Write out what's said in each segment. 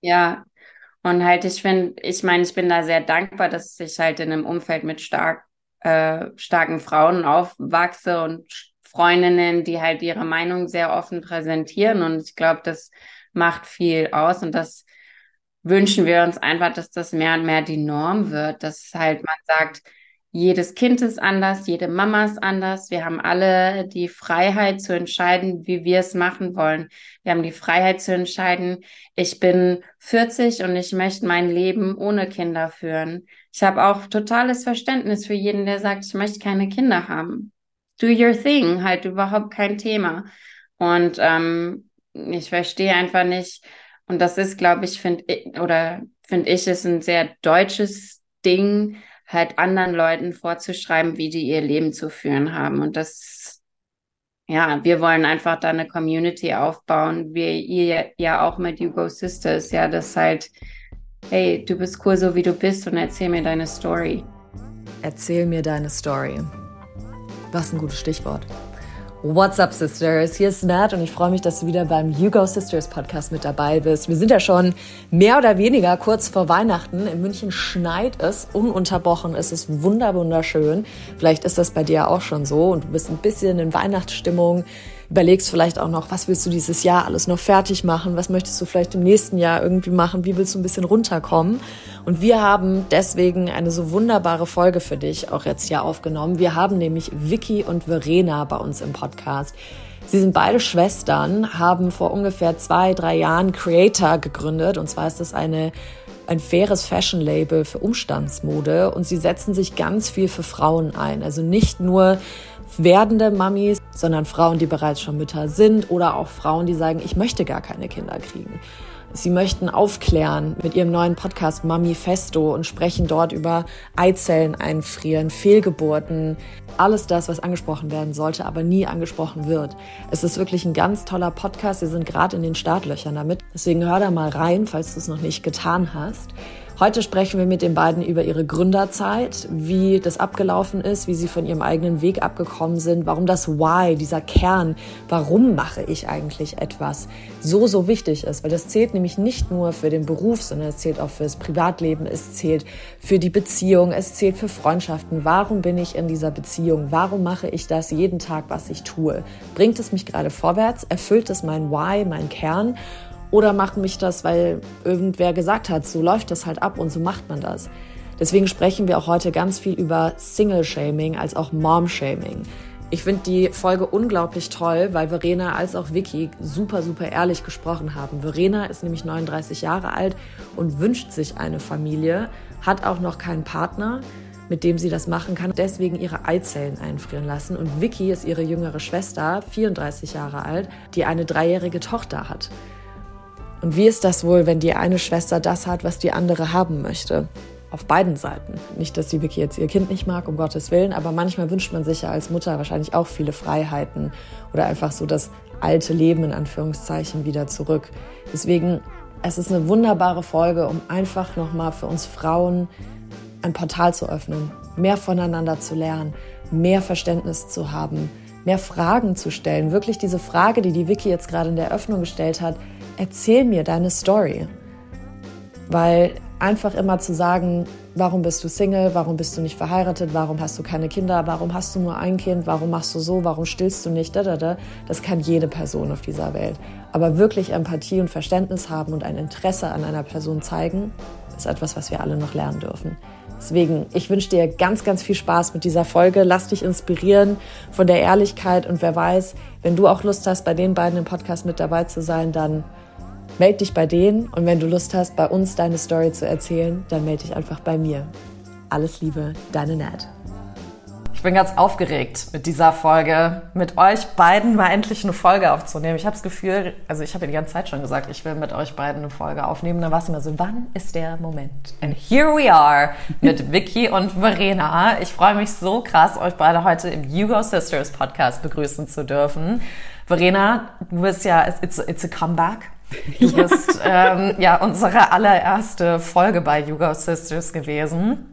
Ja, und halt, ich meine, ich bin da sehr dankbar, dass ich halt in einem Umfeld mit starken Frauen aufwachse und Freundinnen, die halt ihre Meinung sehr offen präsentieren. Und ich glaube, das macht viel aus. Und das wünschen wir uns einfach, dass das mehr und mehr die Norm wird, dass halt man sagt, jedes Kind ist anders, jede Mama ist anders. Wir haben alle die Freiheit zu entscheiden, wie wir es machen wollen. Wir haben die Freiheit zu entscheiden, ich bin 40 und ich möchte mein Leben ohne Kinder führen. Ich habe auch totales Verständnis für jeden, der sagt, ich möchte keine Kinder haben. Do your thing, halt überhaupt kein Thema. Und ich verstehe einfach nicht, und das ist, glaube ich, finde ich, ist ein sehr deutsches Ding, halt anderen Leuten vorzuschreiben, wie die ihr Leben zu führen haben. Und das, ja, wir wollen einfach da eine Community aufbauen, wie ihr ja auch mit You Go Sisters, ja, das halt, hey, du bist cool, so wie du bist und erzähl mir deine Story. Erzähl mir deine Story. Was ein gutes Stichwort. What's up, Sisters? Hier ist Nat und ich freue mich, dass du wieder beim You Go Sisters Podcast mit dabei bist. Wir sind ja schon mehr oder weniger kurz vor Weihnachten. In München schneit es ununterbrochen. Es ist wunderschön. Vielleicht ist das bei dir auch schon so und du bist ein bisschen in Weihnachtsstimmung. Überlegst vielleicht auch noch, was willst du dieses Jahr alles noch fertig machen? Was möchtest du vielleicht im nächsten Jahr irgendwie machen? Wie willst du ein bisschen runterkommen? Und wir haben deswegen eine so wunderbare Folge für dich auch jetzt hier aufgenommen. Wir haben nämlich Vicky und Verena bei uns im Podcast. Sie sind beide Schwestern, haben vor ungefähr 2-3 Jahren Creator gegründet. Und zwar ist das ein faires Fashion-Label für Umstandsmode. Und sie setzen sich ganz viel für Frauen ein. Also nicht nur werdende Mamis, sondern Frauen, die bereits schon Mütter sind oder auch Frauen, die sagen, ich möchte gar keine Kinder kriegen. Sie möchten aufklären mit ihrem neuen Podcast Mami Festo und sprechen dort über Eizellen einfrieren, Fehlgeburten, alles das, was angesprochen werden sollte, aber nie angesprochen wird. Es ist wirklich ein ganz toller Podcast. Sie sind gerade in den Startlöchern damit. Deswegen hör da mal rein, falls du es noch nicht getan hast. Heute sprechen wir mit den beiden über ihre Gründerzeit, wie das abgelaufen ist, wie sie von ihrem eigenen Weg abgekommen sind, warum das Why, dieser Kern, warum mache ich eigentlich etwas, so wichtig ist. Weil das zählt nämlich nicht nur für den Beruf, sondern es zählt auch fürs Privatleben, es zählt für die Beziehung, es zählt für Freundschaften. Warum bin ich in dieser Beziehung? Warum mache ich das jeden Tag, was ich tue? Bringt es mich gerade vorwärts? Erfüllt es mein Why, mein Kern? Oder macht mich das, weil irgendwer gesagt hat, so läuft das halt ab und so macht man das. Deswegen sprechen wir auch heute ganz viel über Single-Shaming als auch Mom-Shaming. Ich finde die Folge unglaublich toll, weil Verena als auch Vicky super ehrlich gesprochen haben. Verena ist nämlich 39 Jahre alt und wünscht sich eine Familie, hat auch noch keinen Partner, mit dem sie das machen kann, deswegen ihre Eizellen einfrieren lassen. Und Vicky ist ihre jüngere Schwester, 34 Jahre alt, die eine 3-jährige Tochter hat. Und wie ist das wohl, wenn die eine Schwester das hat, was die andere haben möchte? Auf beiden Seiten. Nicht, dass die Vicky jetzt ihr Kind nicht mag, um Gottes Willen, aber manchmal wünscht man sich ja als Mutter wahrscheinlich auch viele Freiheiten oder einfach so das alte Leben in Anführungszeichen wieder zurück. Deswegen, es ist eine wunderbare Folge, um einfach nochmal für uns Frauen ein Portal zu öffnen, mehr voneinander zu lernen, mehr Verständnis zu haben, mehr Fragen zu stellen. Wirklich diese Frage, die Vicky jetzt gerade in der Eröffnung gestellt hat, erzähl mir deine Story. Weil einfach immer zu sagen, warum bist du Single, warum bist du nicht verheiratet, warum hast du keine Kinder, warum hast du nur ein Kind, warum machst du so, warum stillst du nicht, das kann jede Person auf dieser Welt. Aber wirklich Empathie und Verständnis haben und ein Interesse an einer Person zeigen, ist etwas, was wir alle noch lernen dürfen. Deswegen, ich wünsche dir ganz viel Spaß mit dieser Folge. Lass dich inspirieren von der Ehrlichkeit und wer weiß, wenn du auch Lust hast, bei den beiden im Podcast mit dabei zu sein, dann melde dich bei denen und wenn du Lust hast, bei uns deine Story zu erzählen, dann melde dich einfach bei mir. Alles Liebe, deine Nat. Ich bin ganz aufgeregt mit dieser Folge, mit euch beiden mal endlich eine Folge aufzunehmen. Ich habe das Gefühl, also ich habe ja die ganze Zeit schon gesagt, ich will mit euch beiden eine Folge aufnehmen. Dann war es immer so, wann ist der Moment? And here we are mit Vicky und Verena. Ich freue mich so krass, euch beide heute im You Go Sisters Podcast begrüßen zu dürfen. Verena, du bist ja, it's a comeback. Du bist ja unsere allererste Folge bei You Go Sisters gewesen.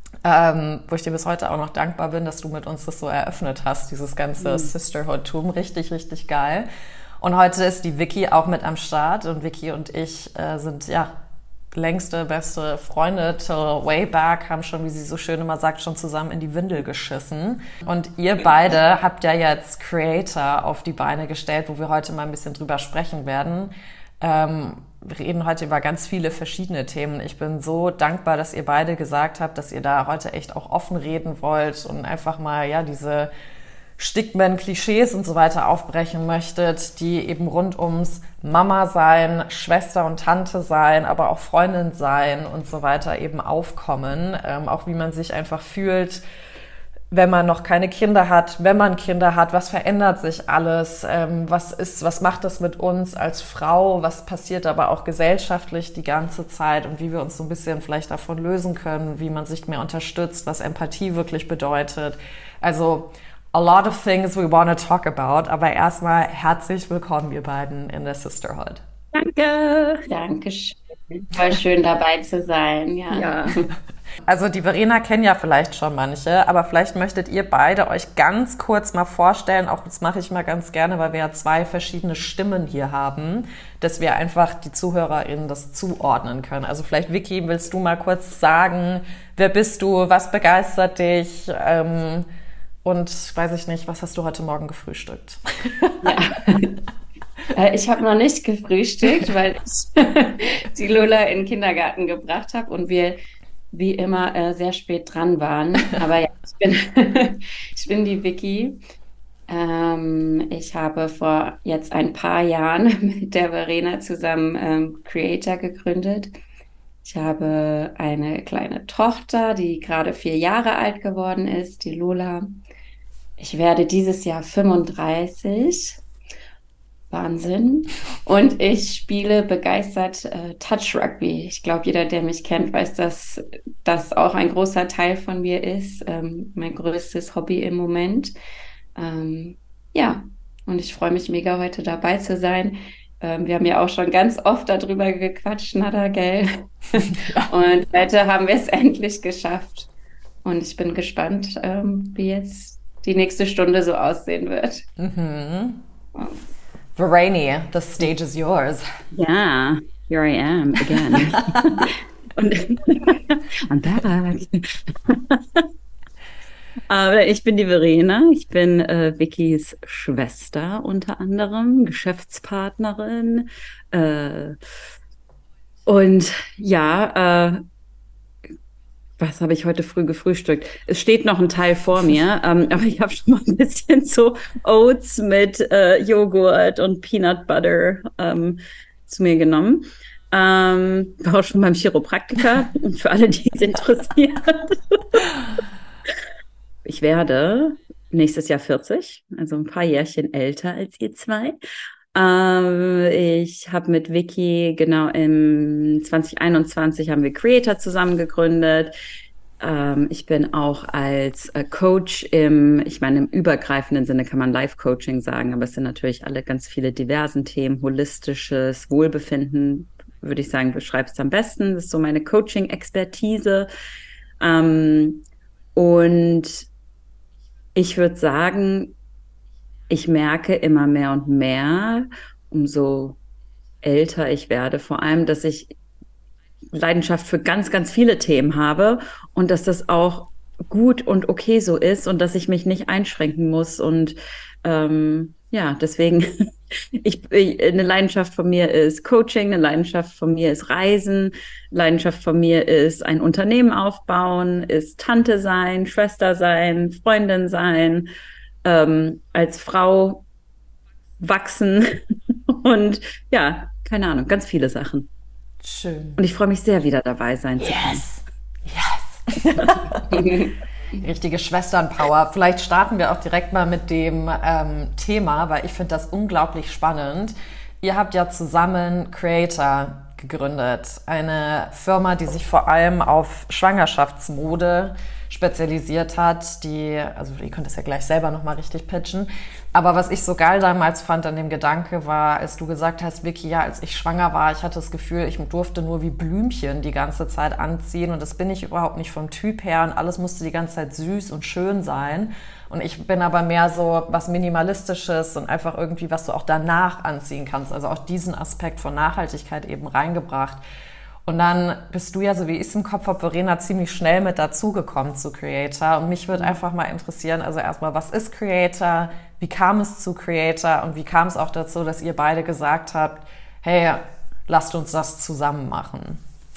Wo ich dir bis heute auch noch dankbar bin, dass du mit uns das so eröffnet hast, dieses ganze Sisterhood-Tum, richtig geil. Und heute ist die Vicky auch mit am Start und Vicky und ich sind längste, beste Freunde till way back, haben schon, wie sie so schön immer sagt, schon zusammen in die Windel geschissen. Und ihr beide habt ja jetzt Creator auf die Beine gestellt, wo wir heute mal ein bisschen drüber sprechen werden. Wir reden heute über ganz viele verschiedene Themen. Ich bin so dankbar, dass ihr beide gesagt habt, dass ihr da heute echt auch offen reden wollt und einfach mal diese Stigmen, Klischees und so weiter aufbrechen möchtet, die eben rund ums Mama sein, Schwester und Tante sein, aber auch Freundin sein und so weiter eben aufkommen. Auch wie man sich einfach fühlt, wenn man noch keine Kinder hat, wenn man Kinder hat, was verändert sich alles, was macht das mit uns als Frau, was passiert aber auch gesellschaftlich die ganze Zeit und wie wir uns so ein bisschen vielleicht davon lösen können, wie man sich mehr unterstützt, was Empathie wirklich bedeutet. Also a lot of things we want to talk about, aber erstmal herzlich willkommen, ihr beiden in der Sisterhood. Danke. Dankeschön. Voll schön dabei zu sein, ja. Also die Verena kennen ja vielleicht schon manche, aber vielleicht möchtet ihr beide euch ganz kurz mal vorstellen, auch das mache ich mal ganz gerne, weil wir ja 2 verschiedene Stimmen hier haben, dass wir einfach die ZuhörerInnen das zuordnen können. Also vielleicht, Vicky, willst du mal kurz sagen, wer bist du, was begeistert dich, und weiß ich nicht, was hast du heute Morgen gefrühstückt? Ja. Ich habe noch nicht gefrühstückt, weil ich die Lola in den Kindergarten gebracht habe und wir wie immer sehr spät dran waren. Aber ja, ich bin die Vicky. Ich habe vor jetzt ein paar Jahren mit der Verena zusammen Creator gegründet. Ich habe eine kleine Tochter, die gerade 4 Jahre alt geworden ist, die Lola. Ich werde dieses Jahr 35. Wahnsinn. Und ich spiele begeistert Touch Rugby. Ich glaube, jeder, der mich kennt, weiß, dass das auch ein großer Teil von mir ist. Mein größtes Hobby im Moment. Ja, und ich freue mich mega, heute dabei zu sein. Wir haben ja auch schon ganz oft darüber gequatscht, Nada, gell? Und heute haben wir es endlich geschafft. Und ich bin gespannt, wie jetzt die nächste Stunde so aussehen wird. Verena, the stage is yours. Yeah, here I am again. I'm back. Aber ich bin die Verena, ich bin Vickys Schwester unter anderem, Geschäftspartnerin. Und ja, was habe ich heute früh gefrühstückt? Es steht noch ein Teil vor mir, aber ich habe schon mal ein bisschen so Oats mit Joghurt und Peanut Butter zu mir genommen. War auch schon beim Chiropraktiker, für alle, die es interessiert. Ich werde nächstes Jahr 40, also ein paar Jährchen älter als ihr 2. Ich habe mit Vicky genau im 2021 haben wir Creator zusammen gegründet. Ich bin auch als Coach im übergreifenden Sinne kann man Life-Coaching sagen, aber es sind natürlich alle ganz viele diversen Themen, holistisches Wohlbefinden, würde ich sagen, beschreibst du am besten. Das ist so meine Coaching-Expertise. Und ich würde sagen, ich merke immer mehr und mehr, umso älter ich werde, vor allem, dass ich Leidenschaft für ganz, ganz viele Themen habe und dass das auch gut und okay so ist und dass ich mich nicht einschränken muss. Und ja, deswegen, eine Leidenschaft von mir ist Coaching, eine Leidenschaft von mir ist Reisen, Leidenschaft von mir ist ein Unternehmen aufbauen, ist Tante sein, Schwester sein, Freundin sein, als Frau wachsen und ja, keine Ahnung, ganz viele Sachen. Schön. Und ich freue mich sehr, wieder dabei sein zu können. Yes! Richtige Schwesternpower. Vielleicht starten wir auch direkt mal mit dem Thema, weil ich finde das unglaublich spannend. Ihr habt ja zusammen Creator gegründet, eine Firma, die sich vor allem auf Schwangerschaftsmode spezialisiert hat, also ihr könnt es ja gleich selber nochmal richtig pitchen, aber was ich so geil damals fand an dem Gedanke war, als du gesagt hast, Vicky, ja, als ich schwanger war, ich hatte das Gefühl, ich durfte nur wie Blümchen die ganze Zeit anziehen und das bin ich überhaupt nicht vom Typ her und alles musste die ganze Zeit süß und schön sein Und ich bin aber mehr so was Minimalistisches und einfach irgendwie, was du auch danach anziehen kannst. Also auch diesen Aspekt von Nachhaltigkeit eben reingebracht. Und dann bist du ja, so wie ich es im Kopf habe, Verena, ziemlich schnell mit dazugekommen zu Creator. Und mich würde einfach mal interessieren, also erstmal, was ist Creator? Wie kam es zu Creator? Und wie kam es auch dazu, dass ihr beide gesagt habt, hey, lasst uns das zusammen machen?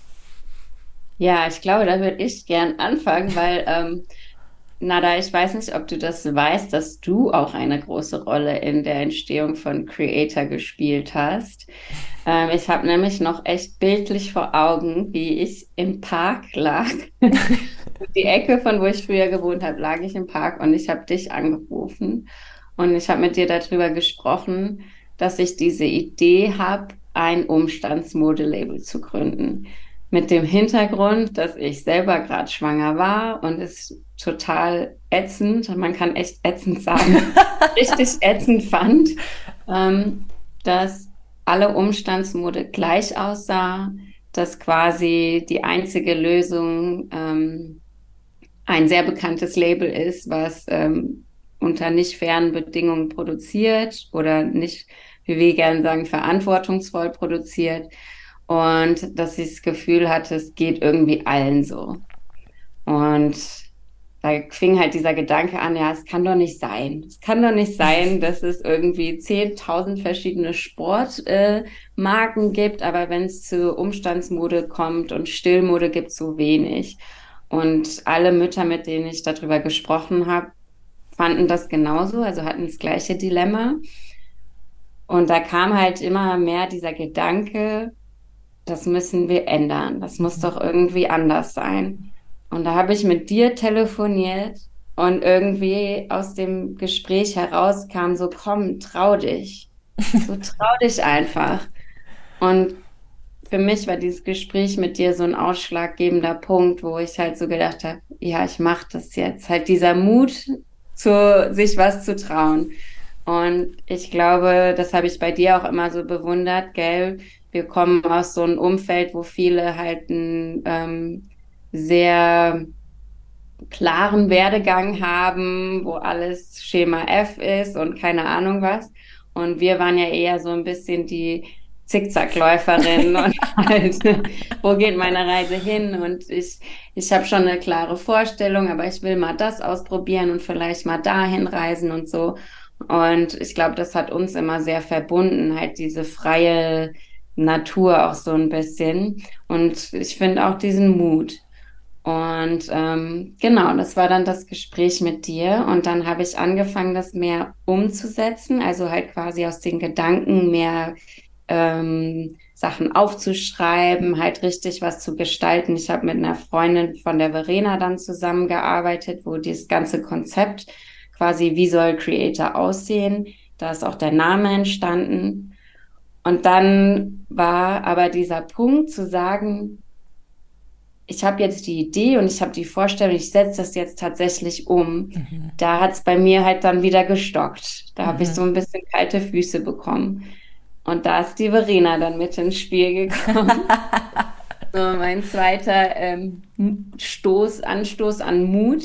Ja, ich glaube, da würde ich gern anfangen, weil Nada, ich weiß nicht, ob du das weißt, dass du auch eine große Rolle in der Entstehung von Creator gespielt hast. Ich habe nämlich noch echt bildlich vor Augen, wie ich im Park lag. Die Ecke, von wo ich früher gewohnt habe, lag ich im Park und ich habe dich angerufen und ich habe mit dir darüber gesprochen, dass ich diese Idee habe, ein Umstandsmodelabel zu gründen. Mit dem Hintergrund, dass ich selber gerade schwanger war und es total ätzend, man kann echt ätzend sagen, richtig ätzend fand, dass alle Umstandsmode gleich aussah, dass quasi die einzige Lösung ein sehr bekanntes Label ist, was unter nicht fairen Bedingungen produziert oder nicht, wie wir gerne sagen, verantwortungsvoll produziert. Und dass ich das Gefühl hatte, es geht irgendwie allen so. Und da fing halt dieser Gedanke an, ja, es kann doch nicht sein. Es kann doch nicht sein, dass es irgendwie 10.000 verschiedene Sportmarken gibt, aber wenn es zu Umstandsmode kommt und Stillmode gibt es so wenig. Und alle Mütter, mit denen ich darüber gesprochen habe, fanden das genauso, also hatten das gleiche Dilemma. Und da kam halt immer mehr dieser Gedanke, das müssen wir ändern. Das muss doch irgendwie anders sein. Und da habe ich mit dir telefoniert und irgendwie aus dem Gespräch heraus kam so, komm, trau dich. So trau dich einfach. Und für mich war dieses Gespräch mit dir so ein ausschlaggebender Punkt, wo ich halt so gedacht habe, ja, ich mache das jetzt. Halt dieser Mut, sich was zu trauen. Und ich glaube, das habe ich bei dir auch immer so bewundert, gell? Wir kommen aus so einem Umfeld, wo viele halt einen sehr klaren Werdegang haben, wo alles Schema F ist und keine Ahnung was. Und wir waren ja eher so ein bisschen die Zickzackläuferin und halt, wo geht meine Reise hin? Und ich habe schon eine klare Vorstellung, aber ich will mal das ausprobieren und vielleicht mal dahin reisen und so. Und ich glaube, das hat uns immer sehr verbunden, halt diese freie Natur auch so ein bisschen. Und ich finde auch diesen Mut. Und genau, das war dann das Gespräch mit dir. Und dann habe ich angefangen, das mehr umzusetzen, also halt quasi aus den Gedanken mehr Sachen aufzuschreiben, halt richtig was zu gestalten. Ich habe mit einer Freundin von der Verena dann zusammengearbeitet, wo dieses ganze Konzept quasi, wie soll Creator aussehen, da ist auch der Name entstanden. Und dann war aber dieser Punkt zu sagen, ich habe jetzt die Idee und ich habe die Vorstellung, ich setze das jetzt tatsächlich um. Mhm. Da hat es bei mir halt dann wieder gestockt. Da habe ich so ein bisschen kalte Füße bekommen. Und da ist die Verena dann mit ins Spiel gekommen. So mein zweiter Anstoß an Mut.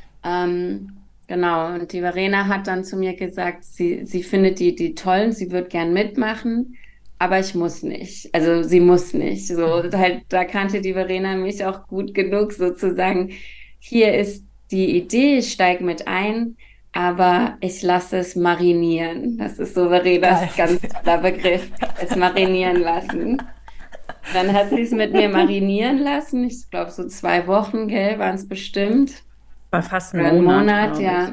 Genau, und die Verena hat dann zu mir gesagt, sie findet die Idee toll, sie wird gern mitmachen, aber ich muss nicht. Also sie muss nicht. So halt, da kannte die Verena mich auch gut genug, sozusagen, hier ist die Idee, ich steige mit ein, aber ich lasse es marinieren. Das ist so Verenas ganz toller Begriff, es marinieren lassen. Dann hat sie es mit mir marinieren lassen. Ich glaube, so 2 Wochen, gell, waren es bestimmt. War fast ein Monat, ja.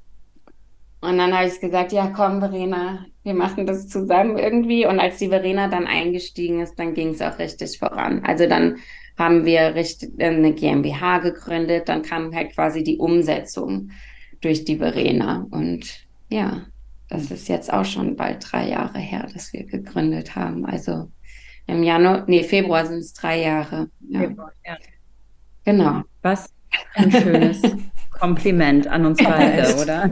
Und dann habe ich gesagt, ja komm, Verena, wir machen das zusammen irgendwie. Und als die Verena dann eingestiegen ist, dann ging es auch richtig voran. Also dann haben wir eine GmbH gegründet, dann kam halt quasi die Umsetzung durch die Verena. Und ja, das ist jetzt auch schon bald 3 Jahre her, dass wir gegründet haben. Also im Februar sind es 3 Jahre. Ja. Februar, ja. Genau. Was ein schönes Kompliment an uns beide, oder?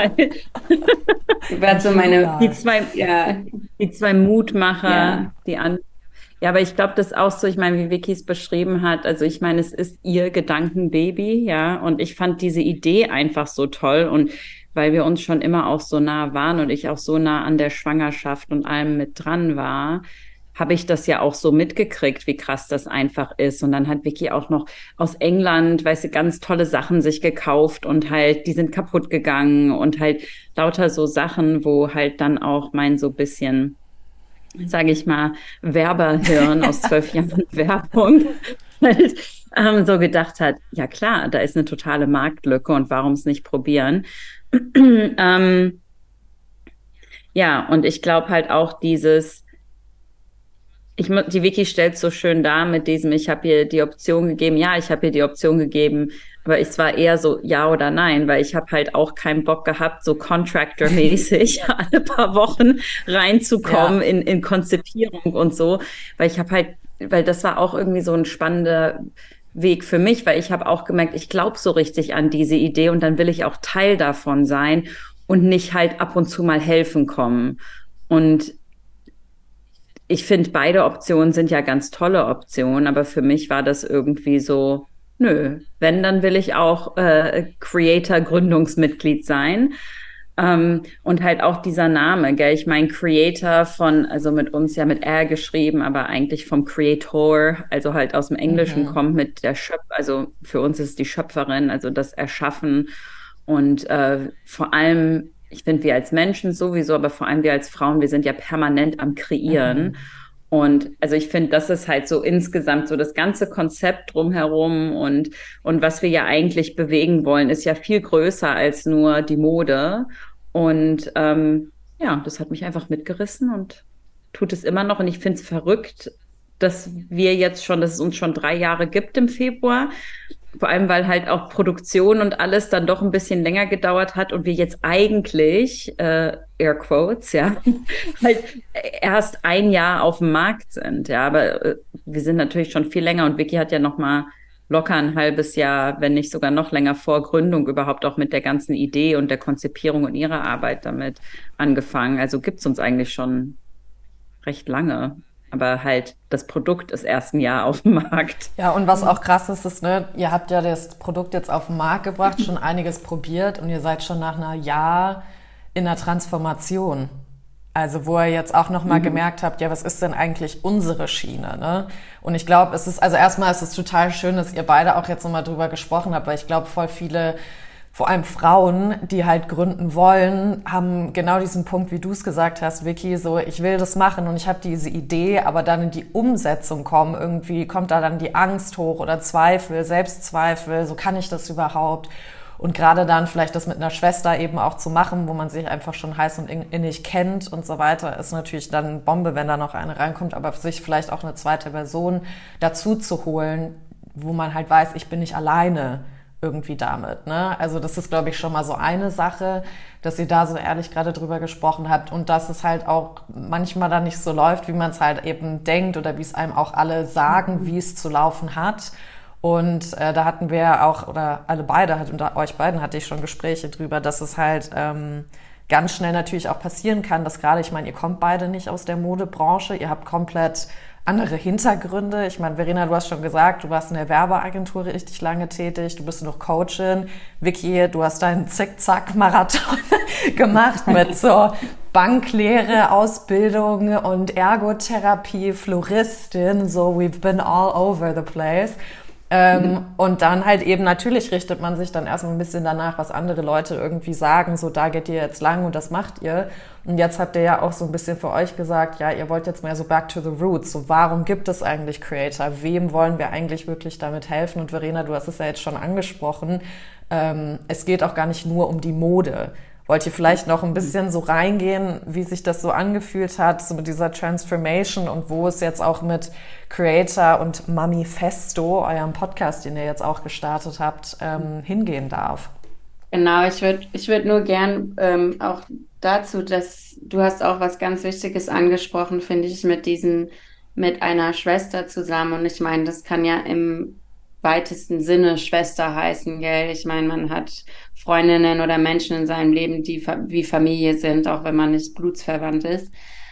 So die zwei Mutmacher, ja. Ja, aber ich glaube, das ist auch so, ich meine, wie Vicky es beschrieben hat, also ich meine, es ist ihr Gedankenbaby, ja, und ich fand diese Idee einfach so toll und weil wir uns schon immer auch so nah waren und ich auch so nah an der Schwangerschaft und allem mit dran war, habe ich das ja auch so mitgekriegt, wie krass das einfach ist. Und dann hat Vicky auch noch aus England, weißt du, ganz tolle Sachen sich gekauft und halt, die sind kaputt gegangen und halt lauter so Sachen, wo halt dann auch mein so bisschen, sage ich mal, Werberhirn aus 12 Jahren Werbung halt so gedacht hat, ja klar, da ist eine totale Marktlücke und warum es nicht probieren? Ja, und ich glaube halt auch die Vicky stellt so schön dar mit diesem, ich habe ihr die Option gegeben, ja, ich habe ihr die Option gegeben, aber es war eher so ja oder nein, weil ich habe halt auch keinen Bock gehabt, so Contractor-mäßig alle paar Wochen reinzukommen in Konzipierung und so, weil ich habe halt, weil das war auch irgendwie so ein spannender Weg für mich, weil ich habe auch gemerkt, ich glaube so richtig an diese Idee und dann will ich auch Teil davon sein und nicht halt ab und zu mal helfen kommen. Und ich finde, beide Optionen sind ja ganz tolle Optionen, aber für mich war das irgendwie so, nö, wenn, dann will ich auch Creator-Gründungsmitglied sein. Und halt auch dieser Name, gell? Ich meine, Creator also mit uns ja mit R geschrieben, aber eigentlich vom Creator, also halt aus dem Englischen kommt mit der also für uns ist die Schöpferin, also das Erschaffen und vor allem ich finde, wir als Menschen sowieso, aber vor allem wir als Frauen, wir sind ja permanent am Kreieren. Und also ich finde, das ist halt so insgesamt so das ganze Konzept drumherum und was wir ja eigentlich bewegen wollen, ist ja viel größer als nur die Mode. Und ja, das hat mich einfach mitgerissen und tut es immer noch. Und ich finde es verrückt, dass es uns schon 3 Jahre gibt im Februar. Vor allem, weil halt auch Produktion und alles dann doch ein bisschen länger gedauert hat und wir jetzt eigentlich, Air Quotes, ja, halt erst 1 Jahr auf dem Markt sind. Ja, aber wir sind natürlich schon viel länger und Vicky hat ja noch mal locker ein halbes Jahr, wenn nicht sogar noch länger vor Gründung überhaupt auch mit der ganzen Idee und der Konzipierung und ihrer Arbeit damit angefangen. Also gibt's uns eigentlich schon recht lange. Aber halt, das Produkt ist erst 1 Jahr auf dem Markt. Ja, und was auch krass ist, ist, ne, ihr habt ja das Produkt jetzt auf den Markt gebracht, schon einiges probiert und ihr seid schon nach einem Jahr in der Transformation. Also wo ihr jetzt auch nochmal gemerkt habt, ja, was ist denn eigentlich unsere Schiene, ne? Und ich glaube, also erstmal ist es total schön, dass ihr beide auch jetzt nochmal drüber gesprochen habt, weil ich glaube, voll viele, vor allem Frauen, die halt gründen wollen, haben genau diesen Punkt, wie du es gesagt hast, Vicky, so ich will das machen und ich habe diese Idee, aber dann in die Umsetzung kommen, irgendwie kommt da dann die Angst hoch oder Zweifel, Selbstzweifel, so kann ich das überhaupt? Und gerade dann vielleicht das mit einer Schwester eben auch zu machen, wo man sich einfach schon heiß und innig kennt und so weiter, ist natürlich dann Bombe, wenn da noch eine reinkommt, aber für sich vielleicht auch eine zweite Person dazu zu holen, wo man halt weiß, ich bin nicht alleine irgendwie damit, ne? Also das ist, glaube ich, schon mal so eine Sache, dass ihr da so ehrlich gerade drüber gesprochen habt und dass es halt auch manchmal dann nicht so läuft, wie man es halt eben denkt oder wie es einem auch alle sagen, wie es zu laufen hat. Und da hatten wir auch, oder alle beide, unter euch beiden hatte ich schon Gespräche drüber, dass es halt ganz schnell natürlich auch passieren kann, dass gerade, ich meine, ihr kommt beide nicht aus der Modebranche, ihr habt komplett andere Hintergründe. Ich meine, Verena, du hast schon gesagt, du warst in der Werbeagentur richtig lange tätig, du bist noch Coachin. Vicky, du hast deinen Zickzack-Marathon gemacht mit so Banklehre, Ausbildung und Ergotherapie, Floristin, so we've been all over the place. Und dann halt eben, natürlich richtet man sich dann erstmal ein bisschen danach, was andere Leute irgendwie sagen, so da geht ihr jetzt lang und das macht ihr. Und jetzt habt ihr ja auch so ein bisschen für euch gesagt, ja, ihr wollt jetzt mal so back to the roots, so warum gibt es eigentlich Creator? Wem wollen wir eigentlich wirklich damit helfen? Und Verena, du hast es ja jetzt schon angesprochen, es geht auch gar nicht nur um die Mode. Wollt ihr vielleicht noch ein bisschen so reingehen, wie sich das so angefühlt hat, so mit dieser Transformation und wo es jetzt auch mit Creator und Manifesto, eurem Podcast, den ihr jetzt auch gestartet habt, hingehen darf? Genau, ich würd nur gern auch dazu, dass du hast auch was ganz Wichtiges angesprochen, finde ich, mit einer Schwester zusammen. Und ich meine, das kann ja im weitesten Sinne Schwester heißen, gell? Ich meine, man hat Freundinnen oder Menschen in seinem Leben, die wie Familie sind, auch wenn man nicht blutsverwandt ist.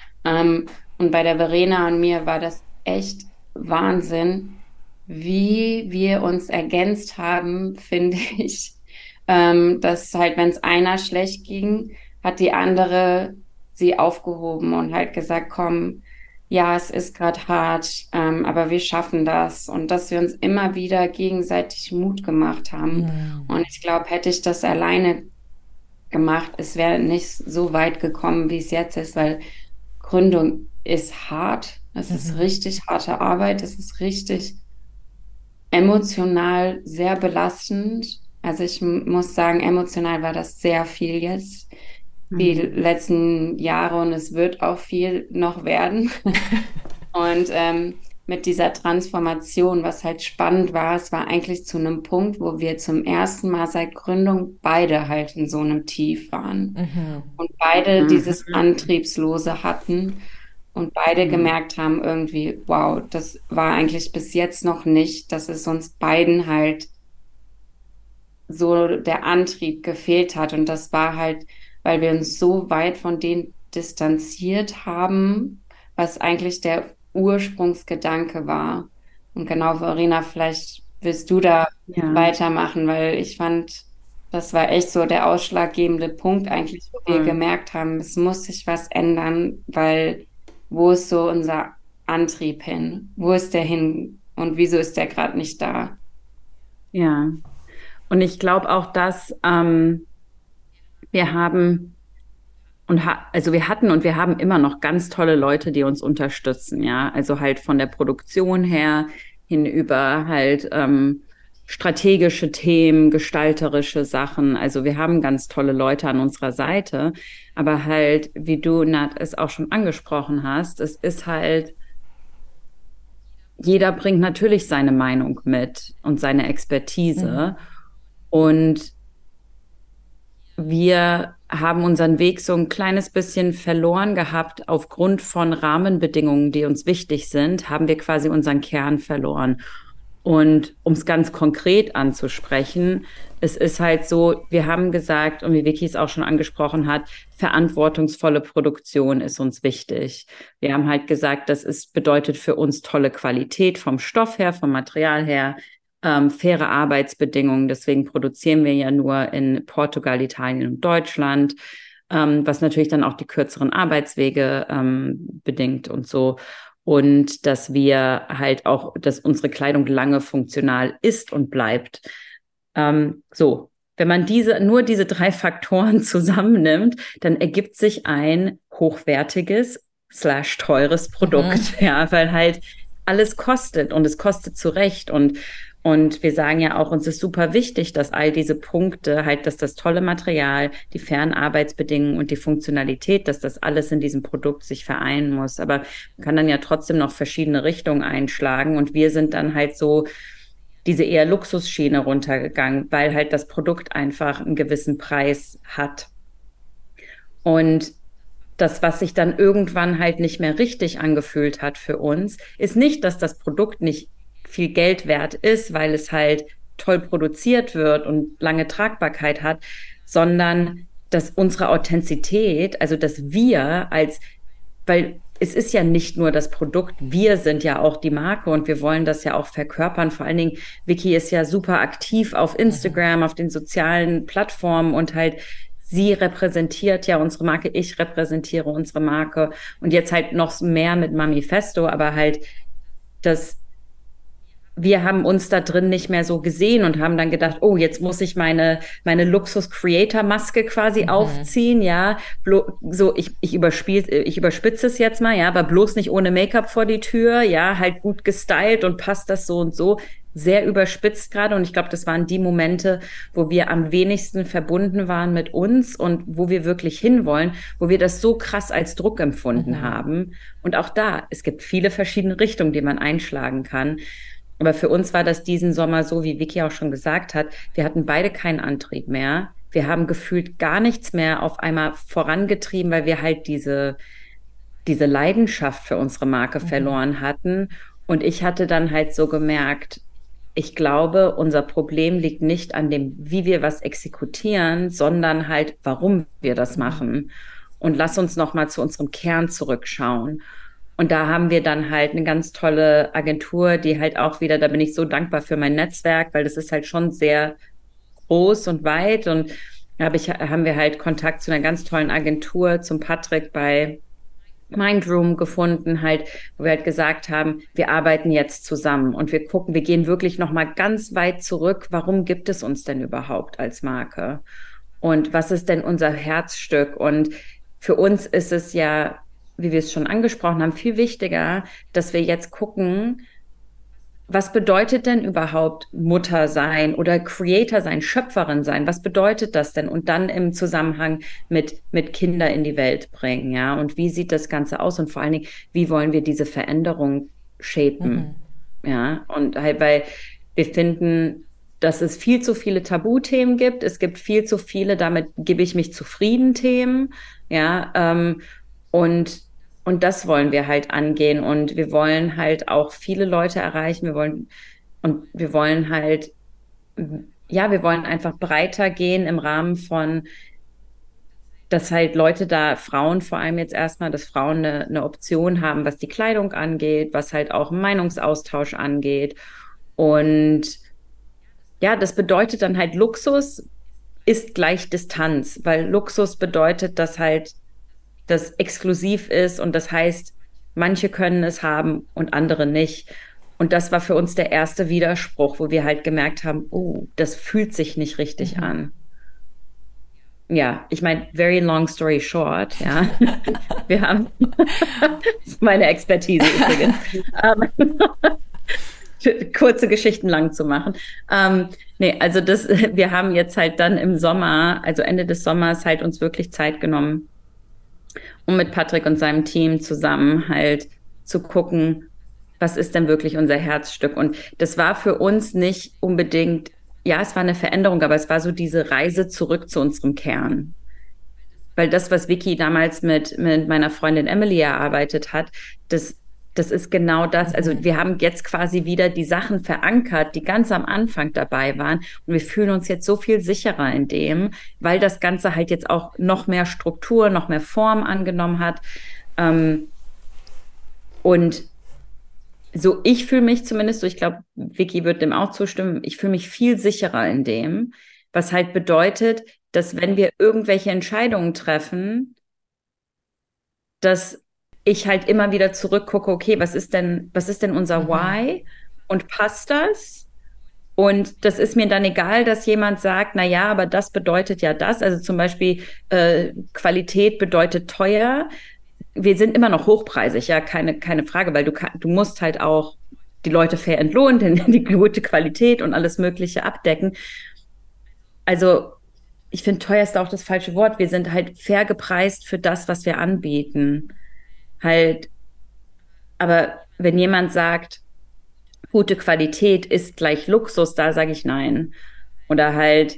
Und bei der Verena und mir war das echt Wahnsinn, wie wir uns ergänzt haben, finde ich. dass halt, wenn es einer schlecht ging, hat die andere sie aufgehoben und halt gesagt, komm, ja, es ist gerade hart, aber wir schaffen das. Und dass wir uns immer wieder gegenseitig Mut gemacht haben. Und ich glaube, hätte ich das alleine gemacht, es wäre nicht so weit gekommen, wie es jetzt ist, weil Gründung ist hart. Es ist richtig harte Arbeit. Es ist richtig emotional sehr belastend. Also ich muss sagen, emotional war das sehr viel jetzt, die letzten Jahre, und es wird auch viel noch werden. Und mit dieser Transformation, was halt spannend war, es war eigentlich zu einem Punkt, wo wir zum ersten Mal seit Gründung beide halt in so einem Tief waren und beide dieses Antriebslose hatten und beide gemerkt haben irgendwie, wow, das war eigentlich bis jetzt noch nicht, dass es uns beiden halt so der Antrieb gefehlt hat. Und das war halt, weil wir uns so weit von denen distanziert haben, was eigentlich der Ursprungsgedanke war. Und genau, Verena, vielleicht willst du da weitermachen, weil ich fand, das war echt so der ausschlaggebende Punkt eigentlich, wo wir gemerkt haben, es muss sich was ändern, weil wo ist so unser Antrieb hin? Wo ist der hin und wieso ist der gerade nicht da? Ja, und ich glaube auch, dass wir haben also wir hatten und wir haben immer noch ganz tolle Leute, die uns unterstützen, ja. Also halt von der Produktion her hinüber halt strategische Themen, gestalterische Sachen. Also wir haben ganz tolle Leute an unserer Seite, aber halt, wie du, Nat, es auch schon angesprochen hast, es ist halt, jeder bringt natürlich seine Meinung mit und seine Expertise. Und wir haben unseren Weg so ein kleines bisschen verloren gehabt. Aufgrund von Rahmenbedingungen, die uns wichtig sind, haben wir quasi unseren Kern verloren. Und um es ganz konkret anzusprechen, es ist halt so, wir haben gesagt, und wie Vicky es auch schon angesprochen hat, verantwortungsvolle Produktion ist uns wichtig. Wir haben halt gesagt, bedeutet für uns tolle Qualität vom Stoff her, vom Material her, faire Arbeitsbedingungen. Deswegen produzieren wir ja nur in Portugal, Italien und Deutschland, was natürlich dann auch die kürzeren Arbeitswege bedingt und so. Und dass wir halt auch, dass unsere Kleidung lange funktional ist und bleibt. So, wenn man nur diese 3 Faktoren zusammennimmt, dann ergibt sich ein hochwertiges / teures Produkt, ja, weil halt alles kostet und es kostet zu Recht. Und wir sagen ja auch, uns ist super wichtig, dass all diese Punkte, halt, dass das tolle Material, die fairen Arbeitsbedingungen und die Funktionalität, dass das alles in diesem Produkt sich vereinen muss. Aber man kann dann ja trotzdem noch verschiedene Richtungen einschlagen. Und wir sind dann halt so diese eher Luxusschiene runtergegangen, weil halt das Produkt einfach einen gewissen Preis hat. Und das, was sich dann irgendwann halt nicht mehr richtig angefühlt hat für uns, ist nicht, dass das Produkt nicht viel Geld wert ist, weil es halt toll produziert wird und lange Tragbarkeit hat, sondern dass unsere Authentizität, also dass wir weil es ist ja nicht nur das Produkt, wir sind ja auch die Marke und wir wollen das ja auch verkörpern. Vor allen Dingen, Vicky ist ja super aktiv auf Instagram, auf den sozialen Plattformen und halt sie repräsentiert ja unsere Marke, ich repräsentiere unsere Marke und jetzt halt noch mehr mit Mamifesto, aber halt wir haben uns da drin nicht mehr so gesehen und haben dann gedacht, oh, jetzt muss ich meine Luxus-Creator-Maske quasi aufziehen, ja. Ich überspitze es jetzt mal, ja, aber bloß nicht ohne Make-up vor die Tür, ja, halt gut gestylt und passt das so und so. Sehr überspitzt gerade. Und ich glaube, das waren die Momente, wo wir am wenigsten verbunden waren mit uns und wo wir wirklich hinwollen, wo wir das so krass als Druck empfunden haben. Und auch da, es gibt viele verschiedene Richtungen, die man einschlagen kann. Aber für uns war das diesen Sommer so, wie Vicky auch schon gesagt hat, wir hatten beide keinen Antrieb mehr. Wir haben gefühlt gar nichts mehr auf einmal vorangetrieben, weil wir halt diese Leidenschaft für unsere Marke verloren hatten. Und ich hatte dann halt so gemerkt, ich glaube, unser Problem liegt nicht an dem, wie wir was exekutieren, sondern halt, warum wir das machen. Und lass uns noch mal zu unserem Kern zurückschauen. Und da haben wir dann halt eine ganz tolle Agentur, die halt auch wieder, da bin ich so dankbar für mein Netzwerk, weil das ist halt schon sehr groß und weit. Und haben wir halt Kontakt zu einer ganz tollen Agentur, zum Patrick bei Mindroom gefunden, halt, wo wir halt gesagt haben, wir arbeiten jetzt zusammen und wir gucken, wir gehen wirklich nochmal ganz weit zurück. Warum gibt es uns denn überhaupt als Marke? Und was ist denn unser Herzstück? Und für uns ist es ja, wie wir es schon angesprochen haben, viel wichtiger, dass wir jetzt gucken, was bedeutet denn überhaupt Mutter sein oder Creator sein, Schöpferin sein? Was bedeutet das denn? Und dann im Zusammenhang mit Kinder in die Welt bringen, ja? Und wie sieht das Ganze aus? Und vor allen Dingen, wie wollen wir diese Veränderung shapen? Ja? Und halt, weil wir finden, dass es viel zu viele Tabuthemen gibt. Es gibt viel zu viele, damit gebe ich mich zufrieden Themen, ja? Und das wollen wir halt angehen und wir wollen halt auch viele Leute erreichen. Wir wollen halt, ja, wir wollen einfach breiter gehen im Rahmen von, dass halt Leute da, Frauen vor allem jetzt erstmal, dass Frauen eine Option haben, was die Kleidung angeht, was halt auch Meinungsaustausch angeht. Und ja, das bedeutet dann halt, Luxus ist gleich Distanz, weil Luxus bedeutet, dass halt das exklusiv ist und das heißt, manche können es haben und andere nicht. Und das war für uns der erste Widerspruch, wo wir halt gemerkt haben, oh, das fühlt sich nicht richtig an. Ja, ich meine, very long story short, ja. Wir haben, das ist meine Expertise übrigens, kurze Geschichten lang zu machen. Nee, also wir haben jetzt halt dann im Sommer, also Ende des Sommers halt uns wirklich Zeit genommen, um mit Patrick und seinem Team zusammen halt zu gucken, was ist denn wirklich unser Herzstück? Und das war für uns nicht unbedingt, ja, es war eine Veränderung, aber es war so diese Reise zurück zu unserem Kern. Weil das, was Vicky damals mit meiner Freundin Emily erarbeitet hat, das ist genau das. Also wir haben jetzt quasi wieder die Sachen verankert, die ganz am Anfang dabei waren. Und wir fühlen uns jetzt so viel sicherer in dem, weil das Ganze halt jetzt auch noch mehr Struktur, noch mehr Form angenommen hat. Und so, ich fühle mich zumindest, so ich glaube, Vicky wird dem auch zustimmen, ich fühle mich viel sicherer in dem, was halt bedeutet, dass wenn wir irgendwelche Entscheidungen treffen, dass ich halt immer wieder zurückgucke, okay, was ist denn unser Why und passt das? Und das ist mir dann egal, dass jemand sagt, na ja, aber das bedeutet ja das. Also zum Beispiel Qualität bedeutet teuer. Wir sind immer noch hochpreisig, ja, keine Frage, weil du musst halt auch die Leute fair entlohnen, denn die gute Qualität und alles Mögliche abdecken. Also ich finde, teuer ist auch das falsche Wort. Wir sind halt fair gepreist für das, was wir anbieten. Halt, aber wenn jemand sagt, gute Qualität ist gleich Luxus, da sage ich nein. Oder halt,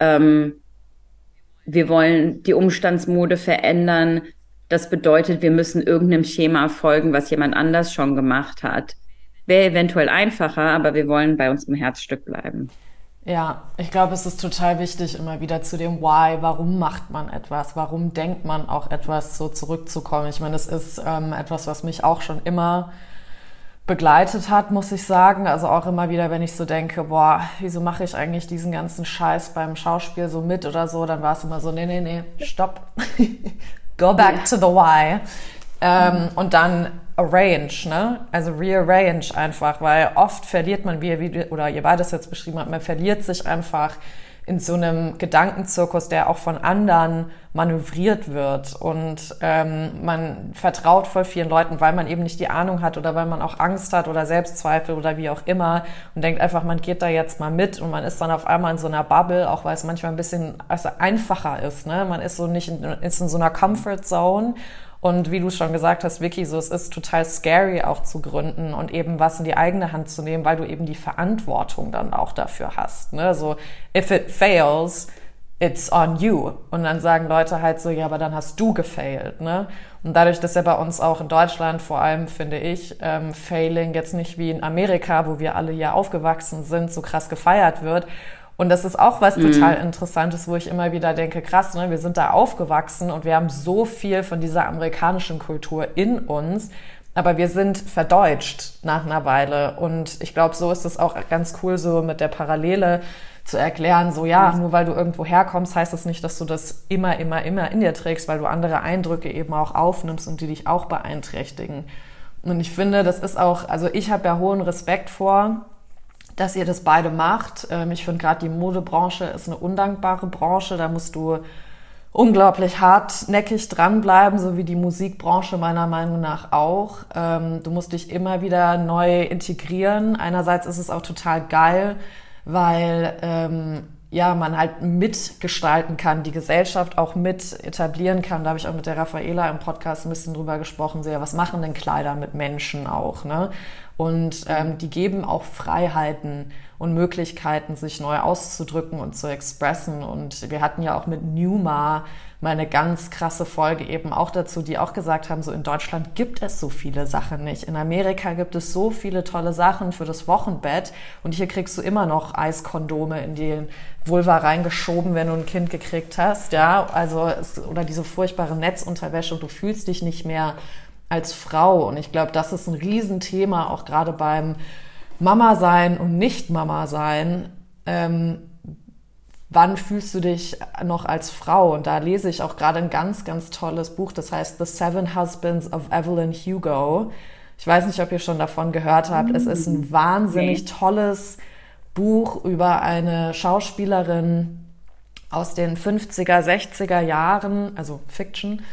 wir wollen die Umstandsmode verändern. Das bedeutet, wir müssen irgendeinem Schema folgen, was jemand anders schon gemacht hat. Wäre eventuell einfacher, aber wir wollen bei uns im Herzstück bleiben. Ja, ich glaube, es ist total wichtig, immer wieder zu dem Why, warum macht man etwas, warum denkt man auch etwas, so zurückzukommen. Ich meine, es ist etwas, was mich auch schon immer begleitet hat, muss ich sagen. Also auch immer wieder, wenn ich so denke, boah, wieso mache ich eigentlich diesen ganzen Scheiß beim Schauspiel so mit oder so, dann war es immer so, nee, stopp, go back to the Why. Und dann arrange, ne? Also rearrange einfach, weil oft verliert man, oder ihr beides jetzt beschrieben habt, man verliert sich einfach in so einem Gedankenzirkus, der auch von anderen manövriert wird und man vertraut voll vielen Leuten, weil man eben nicht die Ahnung hat oder weil man auch Angst hat oder Selbstzweifel oder wie auch immer und denkt einfach, man geht da jetzt mal mit und man ist dann auf einmal in so einer Bubble, auch weil es manchmal ein bisschen einfacher ist, ne? Man ist so nicht ist in so einer Comfort Zone. Und wie du schon gesagt hast, Vicky, so es ist total scary auch zu gründen und eben was in die eigene Hand zu nehmen, weil du eben die Verantwortung dann auch dafür hast. Ne? So, if it fails, it's on you. Und dann sagen Leute halt so, ja, aber dann hast du gefailt. Ne? Und dadurch, dass ja bei uns auch in Deutschland vor allem, finde ich, Failing jetzt nicht wie in Amerika, wo wir alle hier aufgewachsen sind, so krass gefeiert wird. Und das ist auch was total Interessantes, wo ich immer wieder denke, krass, ne, wir sind da aufgewachsen und wir haben so viel von dieser amerikanischen Kultur in uns, aber wir sind verdeutscht nach einer Weile. Und ich glaube, so ist es auch ganz cool so mit der Parallele zu erklären, so ja, nur weil du irgendwo herkommst, heißt das nicht, dass du das immer in dir trägst, weil du andere Eindrücke eben auch aufnimmst und die dich auch beeinträchtigen. Und ich finde, das ist auch, also ich habe ja hohen Respekt vor, dass ihr das beide macht. Ich finde gerade die Modebranche ist eine undankbare Branche, da musst du unglaublich hartnäckig dranbleiben, so wie die Musikbranche meiner Meinung nach auch. Du musst dich immer wieder neu integrieren. Einerseits ist es auch total geil, weil man halt mitgestalten kann, die Gesellschaft auch mit etablieren kann. Da habe ich auch mit der Raffaela im Podcast ein bisschen drüber gesprochen, so ja, was machen denn Kleider mit Menschen auch, ne? Und die geben auch Freiheiten und Möglichkeiten, sich neu auszudrücken und zu expressen. Und wir hatten ja auch mit Numa mal eine ganz krasse Folge eben auch dazu, die auch gesagt haben, so in Deutschland gibt es so viele Sachen nicht. In Amerika gibt es so viele tolle Sachen für das Wochenbett und hier kriegst du immer noch Eiskondome in die Vulva reingeschoben, wenn du ein Kind gekriegt hast, ja, also oder diese furchtbare Netzunterwäsche und du fühlst dich nicht mehr als Frau. Und ich glaube, das ist ein Riesenthema, auch gerade beim Mama-Sein und Nicht-Mama-Sein. Wann fühlst du dich noch als Frau? Und da lese ich auch gerade ein ganz, ganz tolles Buch, das heißt The Seven Husbands of Evelyn Hugo. Ich weiß nicht, ob ihr schon davon gehört habt. Es ist ein wahnsinnig tolles Buch über eine Schauspielerin aus den 50er, 60er Jahren, also Fiction,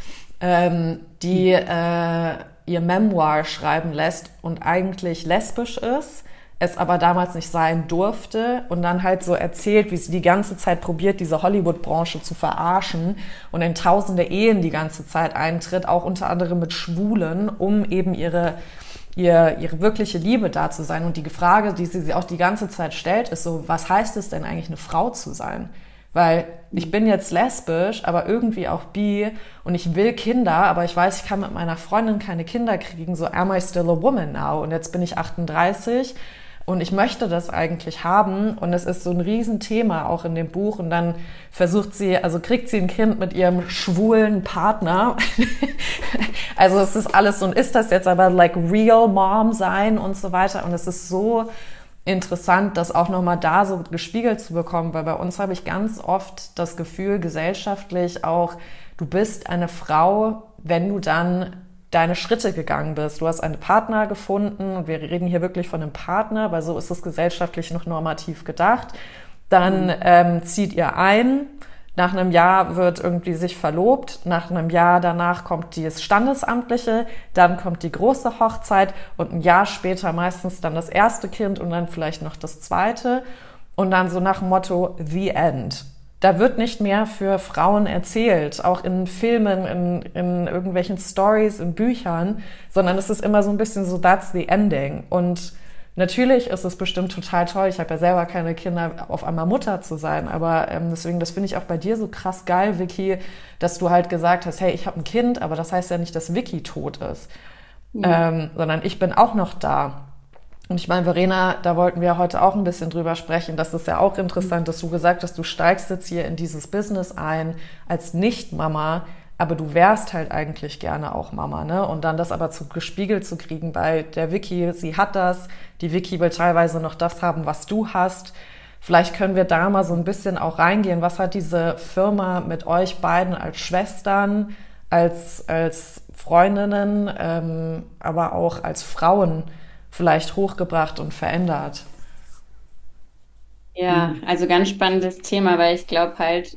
die ihr Memoir schreiben lässt und eigentlich lesbisch ist, es aber damals nicht sein durfte und dann halt so erzählt, wie sie die ganze Zeit probiert, diese Hollywood-Branche zu verarschen und in tausende Ehen die ganze Zeit eintritt, auch unter anderem mit Schwulen, um eben ihre wirkliche Liebe da zu sein. Und die Frage, die sie auch die ganze Zeit stellt, ist so, was heißt es denn eigentlich, eine Frau zu sein? Weil ich bin jetzt lesbisch, aber irgendwie auch bi und ich will Kinder, aber ich weiß, ich kann mit meiner Freundin keine Kinder kriegen, so am I still a woman now? Und jetzt bin ich 38 und ich möchte das eigentlich haben und es ist so ein Riesenthema auch in dem Buch und dann kriegt sie ein Kind mit ihrem schwulen Partner. Also es ist alles so, und ist das jetzt aber like real Mom sein und so weiter und es ist so interessant, das auch nochmal da so gespiegelt zu bekommen, weil bei uns habe ich ganz oft das Gefühl, gesellschaftlich auch, du bist eine Frau, wenn du dann deine Schritte gegangen bist. Du hast einen Partner gefunden und wir reden hier wirklich von einem Partner, weil so ist es gesellschaftlich noch normativ gedacht. Dann zieht ihr ein, nach einem Jahr wird irgendwie sich verlobt, nach einem Jahr danach kommt das Standesamtliche, dann kommt die große Hochzeit und ein Jahr später meistens dann das erste Kind und dann vielleicht noch das zweite und dann so nach dem Motto The End. Da wird nicht mehr für Frauen erzählt, auch in Filmen, in irgendwelchen Stories, in Büchern, sondern es ist immer so ein bisschen so, that's the ending. Und natürlich ist es bestimmt total toll, ich habe ja selber keine Kinder, auf einmal Mutter zu sein, aber deswegen, das finde ich auch bei dir so krass geil, Vicky, dass du halt gesagt hast, hey, ich habe ein Kind, aber das heißt ja nicht, dass Vicky tot ist, sondern ich bin auch noch da. Und ich meine, Verena, da wollten wir heute auch ein bisschen drüber sprechen. Das ist ja auch interessant, dass du gesagt hast, du steigst jetzt hier in dieses Business ein als Nicht-Mama, aber du wärst halt eigentlich gerne auch Mama, ne? Und dann das aber gespiegelt zu kriegen bei der Vicky, sie hat das, die Vicky will teilweise noch das haben, was du hast. Vielleicht können wir da mal so ein bisschen auch reingehen. Was hat diese Firma mit euch beiden als Schwestern, als Freundinnen, aber auch als Frauen vielleicht hochgebracht und verändert? Ja, also ganz spannendes Thema, weil ich glaube halt,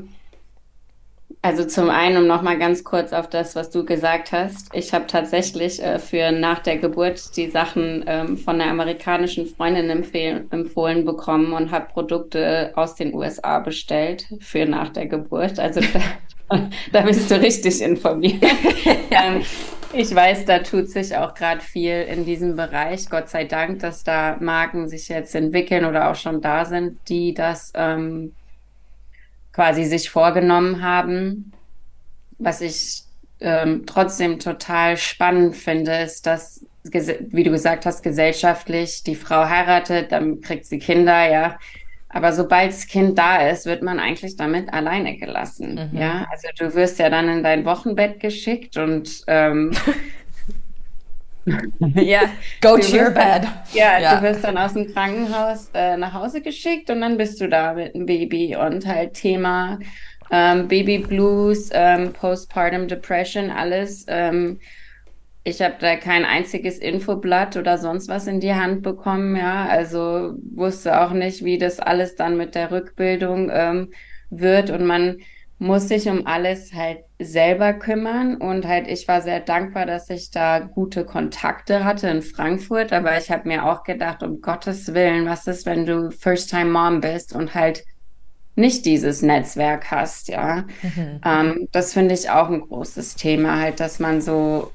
also zum einen, um nochmal ganz kurz auf das, was du gesagt hast, ich habe tatsächlich für nach der Geburt die Sachen von einer amerikanischen Freundin empfohlen bekommen und habe Produkte aus den USA bestellt für nach der Geburt. Also da bist du richtig informiert. Ich weiß, da tut sich auch gerade viel in diesem Bereich. Gott sei Dank, dass da Marken sich jetzt entwickeln oder auch schon da sind, die das quasi sich vorgenommen haben. Was ich trotzdem total spannend finde, ist, dass, wie du gesagt hast, gesellschaftlich die Frau heiratet, dann kriegt sie Kinder, ja. Aber sobald das Kind da ist, wird man eigentlich damit alleine gelassen. Mhm. Ja, also du wirst ja dann in dein Wochenbett geschickt und Ja, Go du to your wirst dann, bed. du wirst dann aus dem Krankenhaus nach Hause geschickt und dann bist du da mit dem Baby und halt Thema Baby Blues, Postpartum Depression, alles. Ich habe da kein einziges Infoblatt oder sonst was in die Hand bekommen, ja. Also wusste auch nicht, wie das alles dann mit der Rückbildung wird. Und man muss sich um alles halt selber kümmern. Und halt, ich war sehr dankbar, dass ich da gute Kontakte hatte in Frankfurt. Aber ich habe mir auch gedacht, um Gottes Willen, was ist, wenn du First-Time-Mom bist und halt nicht dieses Netzwerk hast, ja. Das finde ich auch ein großes Thema, halt, dass man so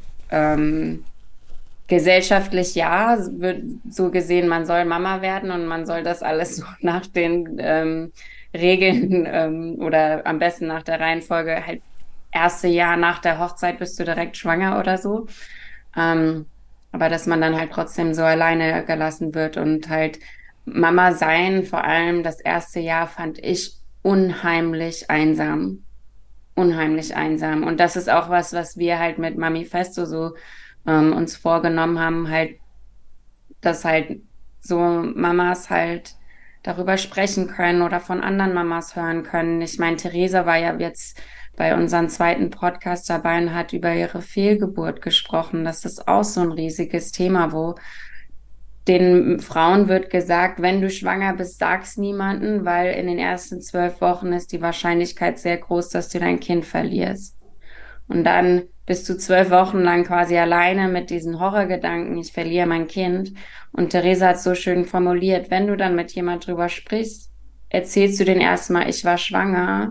gesellschaftlich ja, wird so gesehen, man soll Mama werden und man soll das alles so nach den Regeln oder am besten nach der Reihenfolge, halt erste Jahr nach der Hochzeit bist du direkt schwanger oder so. Ähm, aber dass man dann halt trotzdem so alleine gelassen wird und halt Mama sein, vor allem das erste Jahr fand ich unheimlich einsam. Unheimlich einsam. Und das ist auch was, was wir halt mit Mami Festo so uns vorgenommen haben, halt, dass halt so Mamas halt darüber sprechen können oder von anderen Mamas hören können. Ich meine, Theresa war ja jetzt bei unserem zweiten Podcast dabei und hat über ihre Fehlgeburt gesprochen. Das ist auch so ein riesiges Thema, wo den Frauen wird gesagt, wenn du schwanger bist, sag's niemanden, weil in den ersten 12 Wochen ist die Wahrscheinlichkeit sehr groß, dass du dein Kind verlierst. Und dann bist du 12 Wochen lang quasi alleine mit diesen Horrorgedanken, ich verliere mein Kind. Und Theresa hat so schön formuliert, wenn du dann mit jemand drüber sprichst, erzählst du den erstmal, ich war schwanger.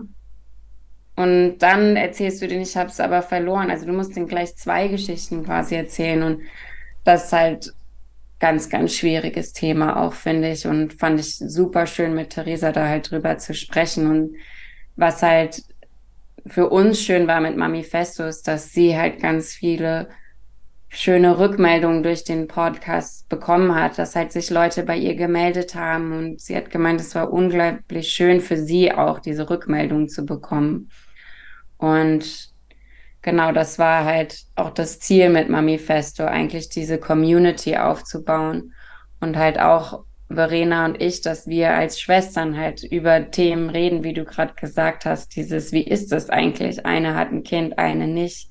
Und dann erzählst du den, ich habe es aber verloren. Also du musst den gleich zwei Geschichten quasi erzählen. Und das ist halt ganz, ganz schwieriges Thema auch, finde ich. Und fand ich super schön, mit Theresa da halt drüber zu sprechen. Und was halt für uns schön war mit Mami Festo, ist, dass sie halt ganz viele schöne Rückmeldungen durch den Podcast bekommen hat, dass halt sich Leute bei ihr gemeldet haben. Und sie hat gemeint, es war unglaublich schön für sie auch, diese Rückmeldungen zu bekommen. Und genau, das war halt auch das Ziel mit Mami Festo, eigentlich diese Community aufzubauen und halt auch Verena und ich, dass wir als Schwestern halt über Themen reden, wie du gerade gesagt hast, dieses, wie ist das eigentlich? Eine hat ein Kind, eine nicht.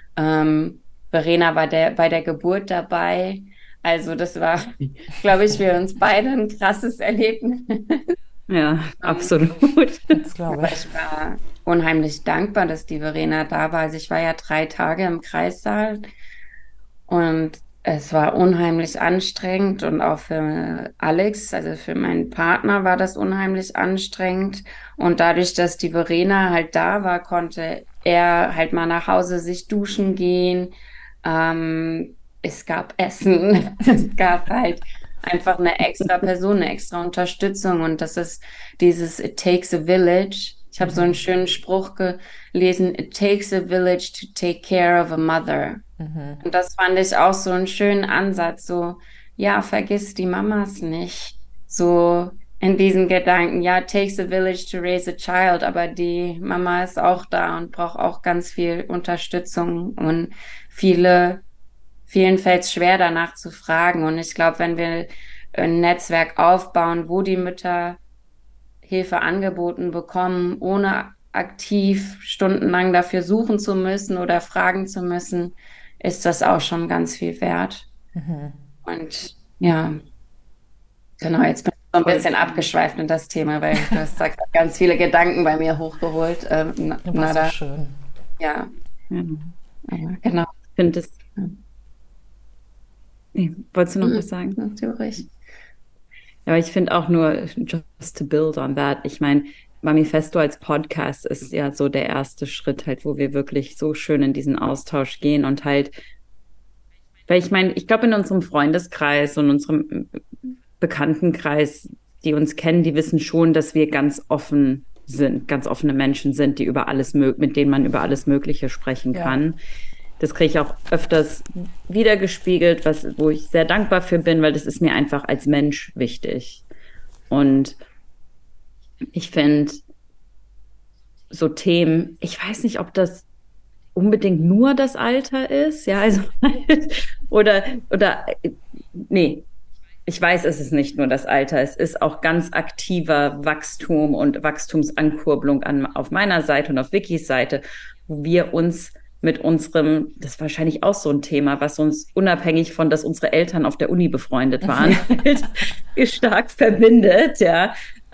Verena war bei der Geburt dabei. Also das war, glaube ich, für uns beide ein krasses Erlebnis. Ja, absolut. Das glaube Aber ich. ich war unheimlich dankbar, dass die Verena da war. Also ich war ja 3 Tage im Kreissaal und es war unheimlich anstrengend und auch für Alex, also für meinen Partner, war das unheimlich anstrengend. Und dadurch, dass die Verena halt da war, konnte er halt mal nach Hause sich duschen gehen. Es gab Essen, es gab halt einfach eine extra Person, eine extra Unterstützung. Und das ist dieses It takes a village. Ich habe so einen schönen Spruch gelesen, It takes a village to take care of a mother. Und das fand ich auch so einen schönen Ansatz, so, ja, vergiss die Mamas nicht. So in diesen Gedanken, ja, it takes a village to raise a child, aber die Mama ist auch da und braucht auch ganz viel Unterstützung und vielen fällt es schwer, danach zu fragen. Und ich glaube, wenn wir ein Netzwerk aufbauen, wo die Mütter Hilfe angeboten bekommen, ohne aktiv stundenlang dafür suchen zu müssen oder fragen zu müssen, ist das auch schon ganz viel wert. Und ja, genau, jetzt bin ich so ein bisschen abgeschweift in das Thema, weil du hast da ganz viele Gedanken bei mir hochgeholt. Das ist schön. Ja, Ja. aber genau. Ich finde es. Nee, wolltest du noch was sagen? Natürlich. Ja, aber ich finde auch nur, just to build on that, ich meine, Mami Festo als Podcast ist ja so der erste Schritt halt, wo wir wirklich so schön in diesen Austausch gehen und halt, weil ich meine, ich glaube, in unserem Freundeskreis und unserem Bekanntenkreis, die uns kennen, die wissen schon, dass wir ganz offen sind, ganz offene Menschen sind, die über alles, mit denen man über alles Mögliche sprechen kann. Das kriege ich auch öfters wiedergespiegelt, wo ich sehr dankbar für bin, weil das ist mir einfach als Mensch wichtig. Und ich finde so Themen, ich weiß nicht, ob das unbedingt nur das Alter ist, ja, also oder nee, ich weiß, es ist nicht nur das Alter, es ist auch ganz aktiver Wachstum und Wachstumsankurbelung auf meiner Seite und auf Vickys Seite, wo wir uns mit unserem, das ist wahrscheinlich auch so ein Thema, was uns unabhängig von, dass unsere Eltern auf der Uni befreundet waren, halt stark verbindet, ja,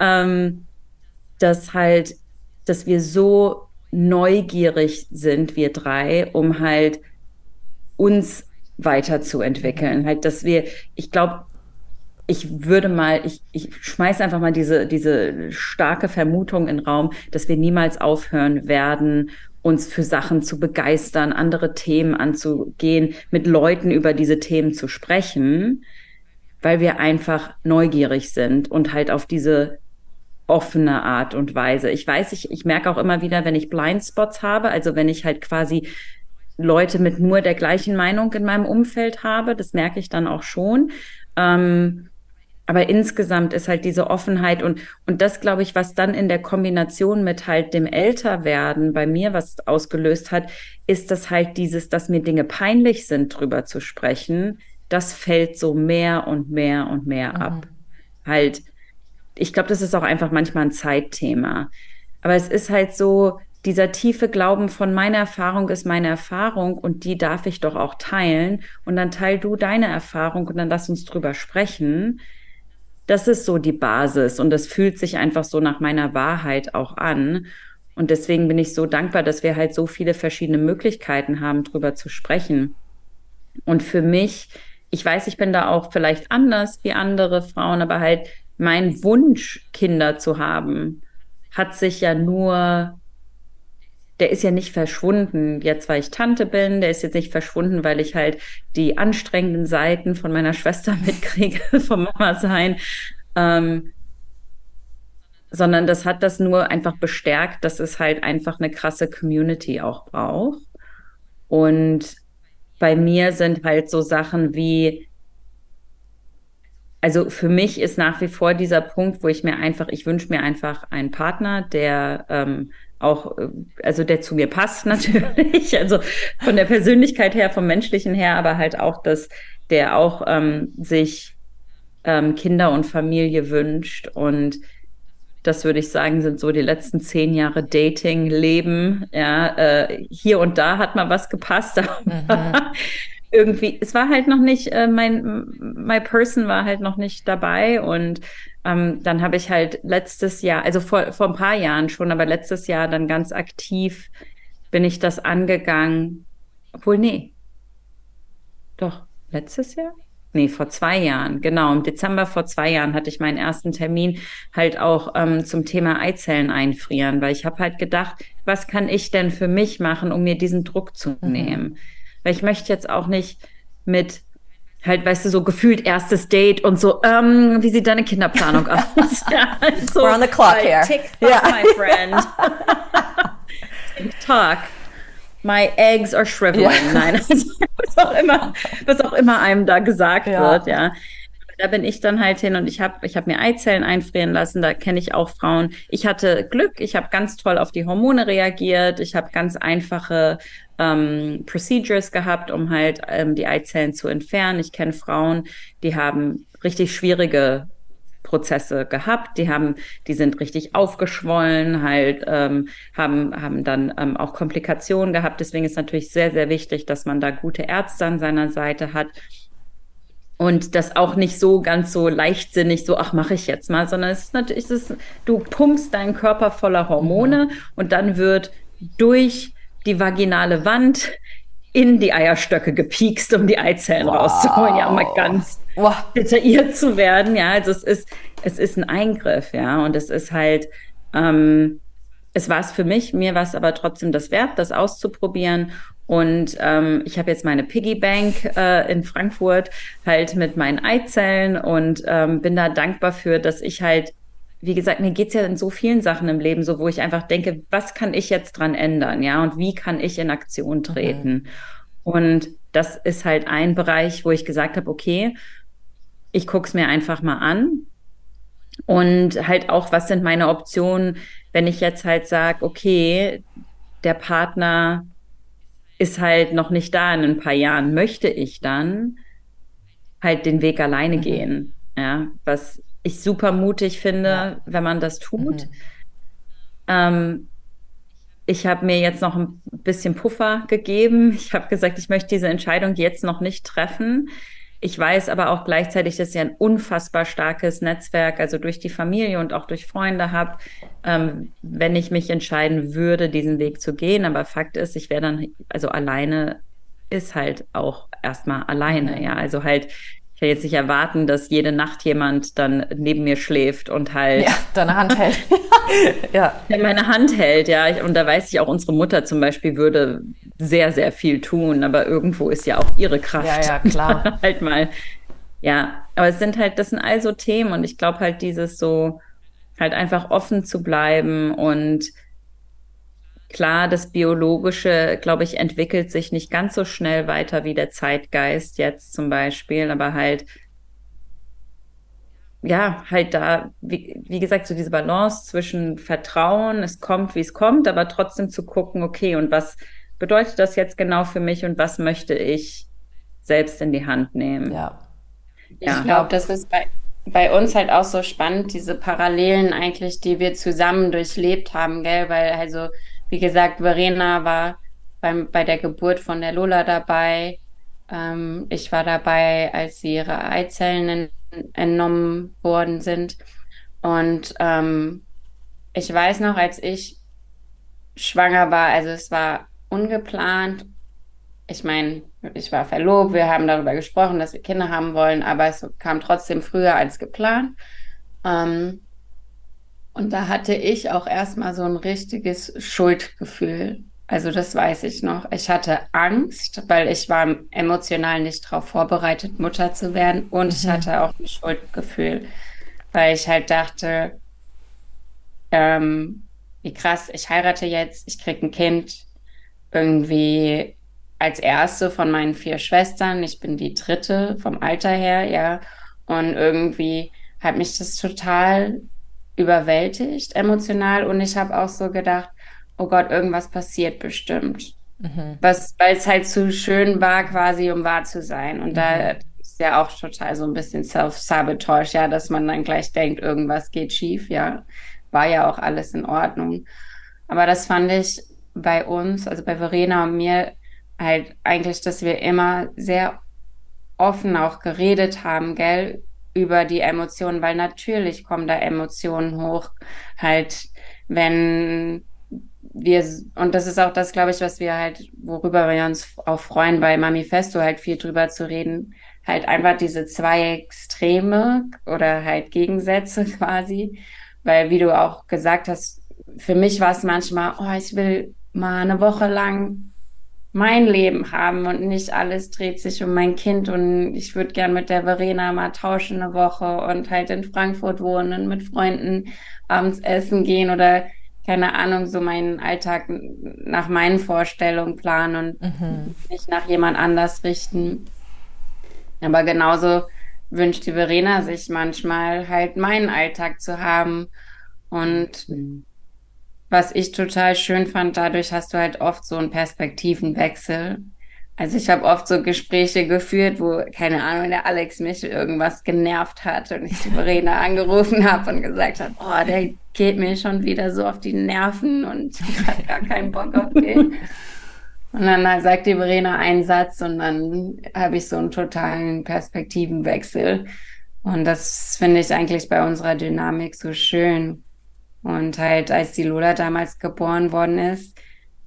dass wir so neugierig sind, wir drei, um halt uns weiterzuentwickeln, halt, dass wir, ich glaube, ich schmeiße einfach mal diese starke Vermutung in den Raum, dass wir niemals aufhören werden, uns für Sachen zu begeistern, andere Themen anzugehen, mit Leuten über diese Themen zu sprechen, weil wir einfach neugierig sind und halt auf diese offene Art und Weise. Ich weiß, ich merke auch immer wieder, wenn ich Blindspots habe, also wenn ich halt quasi Leute mit nur der gleichen Meinung in meinem Umfeld habe, das merke ich dann auch schon. Aber insgesamt ist halt diese Offenheit und das, glaube ich, was dann in der Kombination mit halt dem Älterwerden bei mir was ausgelöst hat, ist das halt dass mir Dinge peinlich sind, drüber zu sprechen. Das fällt so mehr und mehr und mehr ab. Halt, ich glaube, das ist auch einfach manchmal ein Zeitthema. Aber es ist halt so, dieser tiefe Glauben von meiner Erfahrung ist meine Erfahrung und die darf ich doch auch teilen. Und dann teil du deine Erfahrung und dann lass uns drüber sprechen. Das ist so die Basis und das fühlt sich einfach so nach meiner Wahrheit auch an. Und deswegen bin ich so dankbar, dass wir halt so viele verschiedene Möglichkeiten haben, drüber zu sprechen. Und für mich, ich weiß, ich bin da auch vielleicht anders wie andere Frauen, aber halt mein Wunsch, Kinder zu haben, hat sich ja nur, der ist ja nicht verschwunden, jetzt weil ich Tante bin, der ist jetzt nicht verschwunden, weil ich halt die anstrengenden Seiten von meiner Schwester mitkriege, vom Mama sein, sondern das hat das nur einfach bestärkt, dass es halt einfach eine krasse Community auch braucht. Und bei mir sind halt so Sachen wie, also für mich ist nach wie vor dieser Punkt, wo ich wünsche mir einfach einen Partner, der auch, also der zu mir passt natürlich, also von der Persönlichkeit her, vom Menschlichen her, aber halt auch, der auch sich Kinder und Familie wünscht. Und das würde ich sagen, sind so die letzten 10 Jahre Dating, Leben. Ja, hier und da hat mal was gepasst, aber irgendwie, es war halt noch nicht, my person war halt noch nicht dabei. Und dann habe ich halt letztes Jahr, also vor ein paar Jahren schon, aber letztes Jahr dann ganz aktiv bin ich das angegangen. Obwohl, nee. Doch, letztes Jahr? Nee, vor 2 Jahren, genau. Im Dezember vor 2 Jahren hatte ich meinen ersten Termin halt auch zum Thema Eizellen einfrieren, weil ich habe halt gedacht, was kann ich denn für mich machen, um mir diesen Druck zu nehmen? Weil ich möchte jetzt auch nicht mit halt, weißt du, so gefühlt erstes Date und so, wie sieht deine Kinderplanung aus? Ja, so, we're on the clock here. TikTok, my friend. TikTok. My eggs are shriveling. Yeah. Nein, was auch immer einem da gesagt wird, ja. Da bin ich dann halt hin und ich hab mir Eizellen einfrieren lassen. Da kenne ich auch Frauen. Ich hatte Glück. Ich habe ganz toll auf die Hormone reagiert. Ich habe ganz einfache Procedures gehabt, um halt die Eizellen zu entfernen. Ich kenne Frauen, die haben richtig schwierige Prozesse gehabt, die sind richtig aufgeschwollen, halt haben dann auch Komplikationen gehabt. Deswegen ist natürlich sehr, sehr wichtig, dass man da gute Ärzte an seiner Seite hat und das auch nicht so ganz so leichtsinnig, so, ach, mache ich jetzt mal, sondern es ist natürlich, du pumpst deinen Körper voller Hormone und dann wird durch die vaginale Wand in die Eierstöcke gepiekst, um die Eizellen rauszuholen, ja, mal ganz detailliert zu werden, ja, also es ist ein Eingriff, ja, und es ist halt, es war es für mich, mir war es aber trotzdem das wert, das auszuprobieren und ich habe jetzt meine Piggybank in Frankfurt halt mit meinen Eizellen und bin da dankbar für, dass ich halt, wie gesagt, mir geht's ja in so vielen Sachen im Leben so, wo ich einfach denke, was kann ich jetzt dran ändern, ja, und wie kann ich in Aktion treten? Und das ist halt ein Bereich, wo ich gesagt habe, okay, ich guck's mir einfach mal an und halt auch, was sind meine Optionen, wenn ich jetzt halt sage, okay, der Partner ist halt noch nicht da. In ein paar Jahren möchte ich dann halt den Weg alleine gehen. Ja, was ich super mutig finde, wenn man das tut. Ich habe mir jetzt noch ein bisschen Puffer gegeben. Ich habe gesagt, ich möchte diese Entscheidung jetzt noch nicht treffen. Ich weiß aber auch gleichzeitig, dass ich ein unfassbar starkes Netzwerk, also durch die Familie und auch durch Freunde habe, wenn ich mich entscheiden würde, diesen Weg zu gehen. Aber Fakt ist, ich wäre dann, also alleine ist halt auch erstmal alleine, ja. Also halt, ich kann jetzt nicht erwarten, dass jede Nacht jemand dann neben mir schläft und halt deine Hand hält. meine Hand hält, ja. Und da weiß ich auch, unsere Mutter zum Beispiel würde sehr, sehr viel tun, aber irgendwo ist ja auch ihre Kraft. Ja, klar. Halt mal. Ja, aber das sind all so Themen und ich glaube halt dieses so, halt einfach offen zu bleiben und klar, das Biologische, glaube ich, entwickelt sich nicht ganz so schnell weiter wie der Zeitgeist jetzt zum Beispiel, aber halt, ja, halt da, wie gesagt, so diese Balance zwischen Vertrauen, es kommt, wie es kommt, aber trotzdem zu gucken, okay, und was bedeutet das jetzt genau für mich und was möchte ich selbst in die Hand nehmen? Ja. Ich glaube, das ist bei uns halt auch so spannend, diese Parallelen eigentlich, die wir zusammen durchlebt haben, gell? Weil, also, wie gesagt, Verena war bei der Geburt von der Lola dabei. Ich war dabei, als sie ihre Eizellen entnommen worden sind. Und ich weiß noch, als ich schwanger war, also es war ungeplant. Ich meine, ich war verlobt, wir haben darüber gesprochen, dass wir Kinder haben wollen, aber es kam trotzdem früher als geplant. Und da hatte ich auch erstmal so ein richtiges Schuldgefühl. Also das weiß ich noch. Ich hatte Angst, weil ich war emotional nicht darauf vorbereitet, Mutter zu werden. Und ich hatte auch ein Schuldgefühl, weil ich halt dachte, wie krass, ich heirate jetzt, ich kriege ein Kind irgendwie als erste von meinen 4 Schwestern. Ich bin die dritte vom Alter her, ja. Und irgendwie hat mich das total überwältigt, emotional. Und ich habe auch so gedacht, oh Gott, irgendwas passiert bestimmt. Weil es halt zu schön war, quasi, um wahr zu sein. Und da ist ja auch total so ein bisschen Self-Sabotage, ja, dass man dann gleich denkt, irgendwas geht schief, ja. War ja auch alles in Ordnung. Aber das fand ich bei uns, also bei Verena und mir, halt eigentlich, dass wir immer sehr offen auch geredet haben, gell, über die Emotionen, weil natürlich kommen da Emotionen hoch, halt, wenn wir, und das ist auch das, glaube ich, was wir halt, worüber wir uns auch freuen, bei Manifesto halt viel drüber zu reden, halt einfach diese 2 Extreme oder halt Gegensätze quasi, weil wie du auch gesagt hast, für mich war es manchmal, oh, ich will mal eine Woche lang mein Leben haben und nicht alles dreht sich um mein Kind und ich würde gern mit der Verena mal tauschen eine Woche und halt in Frankfurt wohnen und mit Freunden abends essen gehen oder keine Ahnung, so meinen Alltag nach meinen Vorstellungen planen und nicht nach jemand anders richten. Aber genauso wünscht die Verena sich manchmal halt meinen Alltag zu haben und was ich total schön fand, dadurch hast du halt oft so einen Perspektivenwechsel. Also ich habe oft so Gespräche geführt, wo, keine Ahnung, der Alex mich irgendwas genervt hat und ich die Verena angerufen habe und gesagt habe, oh, der geht mir schon wieder so auf die Nerven und ich habe gar keinen Bock auf den. Und dann sagt die Verena einen Satz und dann habe ich so einen totalen Perspektivenwechsel. Und das finde ich eigentlich bei unserer Dynamik so schön. Und halt, als die Lola damals geboren worden ist,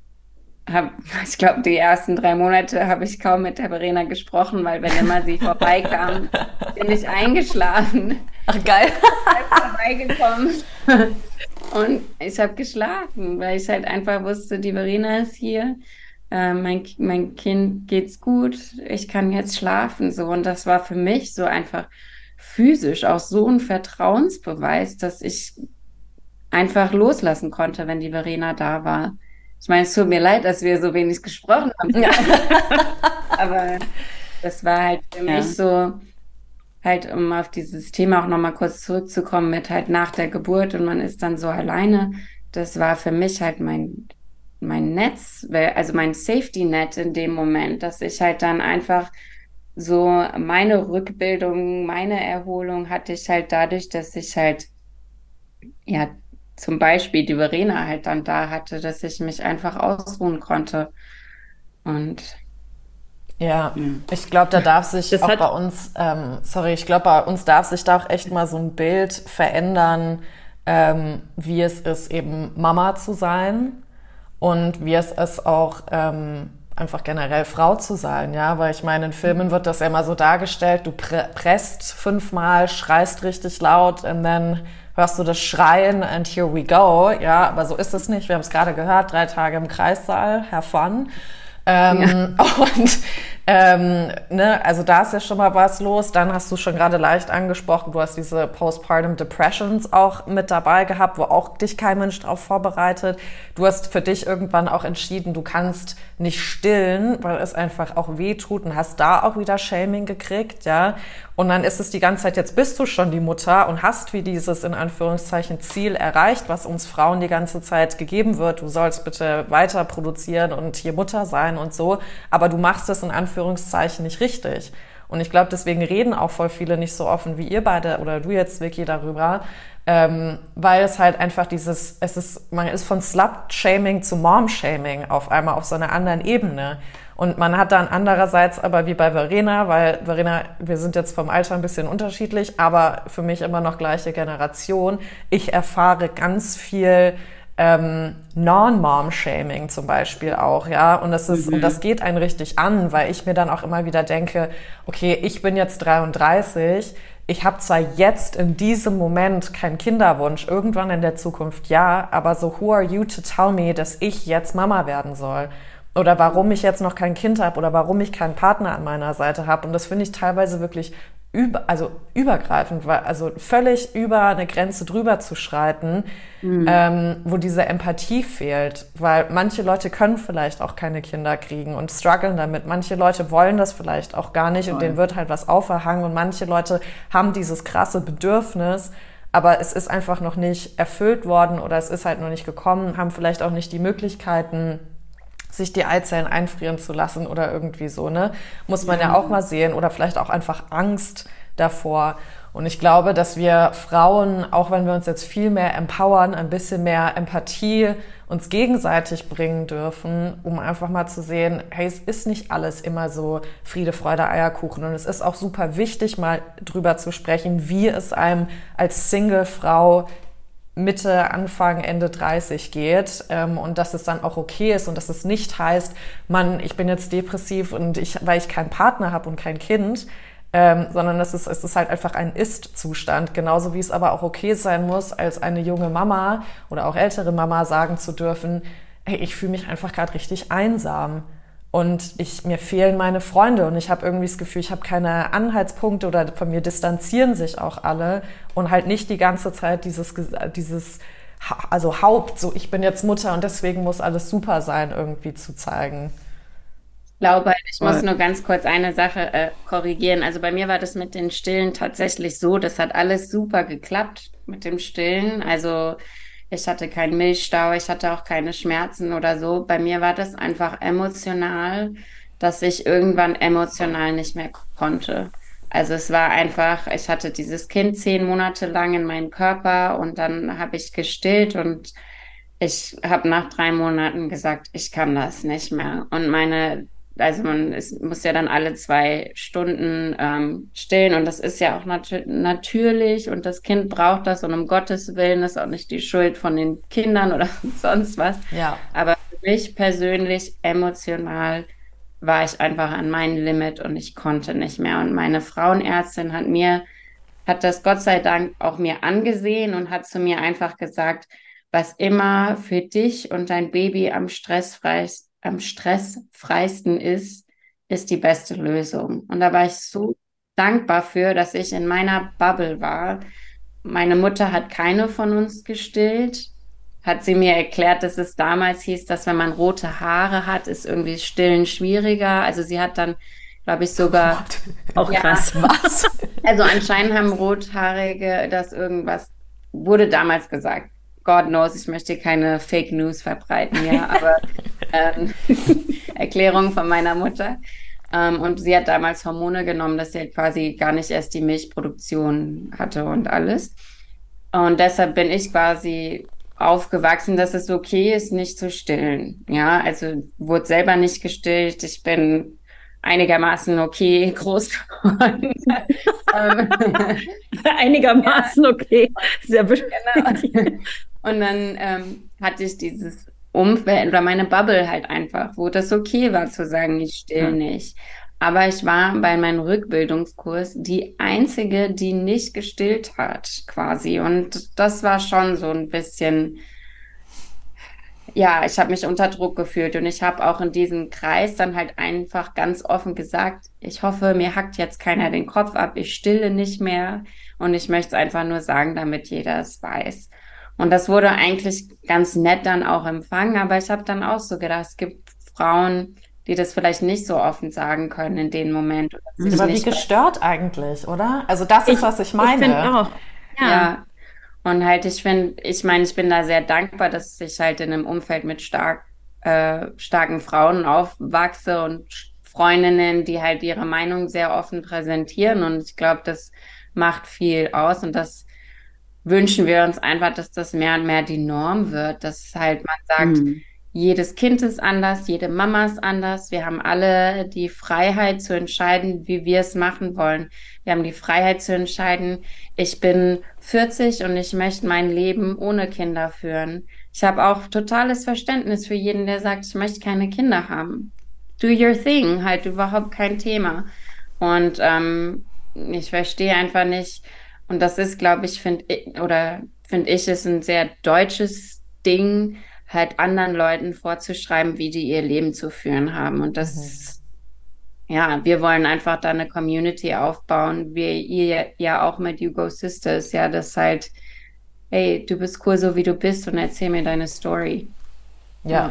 ich glaube, die ersten 3 Monate habe ich kaum mit der Verena gesprochen, weil wenn immer sie vorbeikam, bin ich eingeschlafen. Ach, geil. Ich bin vorbeigekommen und ich habe geschlafen, weil ich halt einfach wusste, die Verena ist hier, mein Kind geht's gut, ich kann jetzt schlafen, so. Und das war für mich so einfach physisch auch so ein Vertrauensbeweis, dass ich einfach loslassen konnte, wenn die Verena da war. Ich meine, es tut mir leid, dass wir so wenig gesprochen haben. Ja. Aber das war halt für mich so, halt, um auf dieses Thema auch nochmal kurz zurückzukommen, mit halt nach der Geburt und man ist dann so alleine. Das war für mich halt mein Netz, also mein Safety-Net in dem Moment, dass ich halt dann einfach so meine Rückbildung, meine Erholung hatte ich halt dadurch, dass ich halt, ja, zum Beispiel die Verena halt dann da hatte, dass ich mich einfach ausruhen konnte. Und Ja, Ja. ich glaube, da darf sich Das auch hat, bei uns, ich glaube, bei uns darf sich da auch echt mal so ein Bild verändern, wie es ist, eben Mama zu sein und wie es ist auch einfach generell Frau zu sein, ja, weil ich meine, in Filmen wird das ja immer so dargestellt, du presst 5-mal, schreist richtig laut und dann hörst du das Schreien and here we go, ja, aber so ist es nicht. Wir haben es gerade gehört, 3 Tage im Kreissaal, have fun. ja. Und ne, also da ist ja schon mal was los. Dann hast du schon gerade leicht angesprochen, du hast diese Postpartum Depressions auch mit dabei gehabt, wo auch dich kein Mensch drauf vorbereitet. Du hast für dich irgendwann auch entschieden, du kannst nicht stillen, weil es einfach auch weh tut und hast da auch wieder Shaming gekriegt, ja. Und dann ist es die ganze Zeit, jetzt bist du schon die Mutter und hast wie dieses in Anführungszeichen Ziel erreicht, was uns Frauen die ganze Zeit gegeben wird. Du sollst bitte weiter produzieren und hier Mutter sein und so. Aber du machst es in Anführungszeichen nicht richtig. Und ich glaube, deswegen reden auch voll viele nicht so offen wie ihr beide oder du jetzt, Vicky, darüber. Weil es halt einfach man ist von Slut-Shaming zu Mom-Shaming auf einmal auf so einer anderen Ebene. Und man hat dann andererseits aber wie bei Verena, weil Verena, wir sind jetzt vom Alter ein bisschen unterschiedlich, aber für mich immer noch gleiche Generation. Ich erfahre ganz viel Non-Mom-Shaming zum Beispiel auch, ja. Und das geht einen richtig an, weil ich mir dann auch immer wieder denke, okay, ich bin jetzt 33, ich habe zwar jetzt in diesem Moment keinen Kinderwunsch, irgendwann in der Zukunft ja, aber so who are you to tell me, dass ich jetzt Mama werden soll? Oder warum ich jetzt noch kein Kind habe oder warum ich keinen Partner an meiner Seite habe. Und das finde ich teilweise wirklich übergreifend, also völlig über eine Grenze drüber zu schreiten, wo diese Empathie fehlt. Weil manche Leute können vielleicht auch keine Kinder kriegen und strugglen damit. Manche Leute wollen das vielleicht auch gar nicht und denen wird halt was auferhangen. Und manche Leute haben dieses krasse Bedürfnis, aber es ist einfach noch nicht erfüllt worden oder es ist halt noch nicht gekommen, haben vielleicht auch nicht die Möglichkeiten, sich die Eizellen einfrieren zu lassen oder irgendwie so, ne? Muss man ja auch mal sehen oder vielleicht auch einfach Angst davor. Und ich glaube, dass wir Frauen, auch wenn wir uns jetzt viel mehr empowern, ein bisschen mehr Empathie uns gegenseitig bringen dürfen, um einfach mal zu sehen, hey, es ist nicht alles immer so Friede, Freude, Eierkuchen. Und es ist auch super wichtig, mal drüber zu sprechen, wie es einem als Single-Frau Mitte, Anfang, Ende 30 geht und dass es dann auch okay ist und dass es nicht heißt, Mann, ich bin jetzt depressiv und weil ich keinen Partner habe und kein Kind, sondern es ist halt einfach ein Ist-Zustand, genauso wie es aber auch okay sein muss, als eine junge Mama oder auch ältere Mama sagen zu dürfen, hey, ich fühle mich einfach gerade richtig einsam. Und mir fehlen meine Freunde und ich habe irgendwie das Gefühl, ich habe keine Anhaltspunkte oder von mir distanzieren sich auch alle und halt nicht die ganze Zeit so ich bin jetzt Mutter und deswegen muss alles super sein, irgendwie zu zeigen. Ich glaube, ich muss nur ganz kurz eine Sache korrigieren. Also bei mir war das mit den Stillen tatsächlich so, das hat alles super geklappt mit dem Stillen. Also ich hatte keinen Milchstau, ich hatte auch keine Schmerzen oder so. Bei mir war das einfach emotional, dass ich irgendwann emotional nicht mehr konnte. Also es war einfach, ich hatte dieses Kind 10 Monate lang in meinem Körper und dann habe ich gestillt und ich habe nach 3 Monaten gesagt, ich kann das nicht mehr. Und es muss ja dann alle 2 Stunden stillen und das ist ja auch natürlich und das Kind braucht das und um Gottes Willen ist auch nicht die Schuld von den Kindern oder sonst was. Ja. Aber für mich persönlich emotional war ich einfach an meinem Limit und ich konnte nicht mehr. Und meine Frauenärztin hat das Gott sei Dank auch mir angesehen und hat zu mir einfach gesagt, was immer für dich und dein Baby am stressfreisten ist die beste Lösung. Und da war ich so dankbar für, dass ich in meiner Bubble war. Meine Mutter hat keine von uns gestillt. Hat sie mir erklärt, dass es damals hieß, dass wenn man rote Haare hat, ist irgendwie Stillen schwieriger. Also sie hat dann, glaube ich, sogar auch ja, krass. Was? also anscheinend haben Rothaarige das irgendwas, wurde damals gesagt, God knows, ich möchte keine Fake News verbreiten, ja, aber Erklärung von meiner Mutter. Und sie hat damals Hormone genommen, dass sie halt quasi gar nicht erst die Milchproduktion hatte und alles. Und deshalb bin ich quasi aufgewachsen, dass es okay ist, nicht zu stillen. Ja, also wurde selber nicht gestillt. Ich bin einigermaßen okay groß geworden. Einigermaßen okay. Sehr Genau. Und dann hatte ich dieses Umfeld oder meine Bubble halt einfach, wo das okay war zu sagen, ich still nicht. Aber ich war bei meinem Rückbildungskurs die Einzige, die nicht gestillt hat, quasi. Und das war schon so ein bisschen, ja, ich habe mich unter Druck gefühlt und ich habe auch in diesem Kreis dann halt einfach ganz offen gesagt, ich hoffe, mir hackt jetzt keiner den Kopf ab, ich stille nicht mehr und ich möchte es einfach nur sagen, damit jeder es weiß. Und das wurde eigentlich ganz nett dann auch empfangen, aber ich habe dann auch so gedacht, es gibt Frauen, die das vielleicht nicht so offen sagen können in dem Moment. Oder sich Aber wie nicht gestört eigentlich, oder? Also das ist, was ich meine. Ich finde auch. ja. Und halt, ich meine, ich bin da sehr dankbar, dass ich halt in einem Umfeld mit starken Frauen aufwachse und Freundinnen, die halt ihre Meinung sehr offen präsentieren. Und ich glaube, das macht viel aus. Und das wünschen wir uns einfach, dass das mehr und mehr die Norm wird. Dass halt man sagt, jedes Kind ist anders, jede Mama ist anders. Wir haben alle die Freiheit zu entscheiden, wie wir es machen wollen. Wir haben die Freiheit zu entscheiden, ich bin 40 und ich möchte mein Leben ohne Kinder führen. Ich habe auch totales Verständnis für jeden, der sagt, ich möchte keine Kinder haben. Do your thing, halt überhaupt kein Thema. Und ich verstehe einfach nicht, und das ist, glaube ich, finde ich, ist ein sehr deutsches Ding, halt anderen Leuten vorzuschreiben, wie die ihr Leben zu führen haben. Und das, ja, wir wollen einfach da eine Community aufbauen, wie ihr ja auch mit You Go Sisters, ja, das halt, hey, du bist cool, so wie du bist und erzähl mir deine Story. Ja.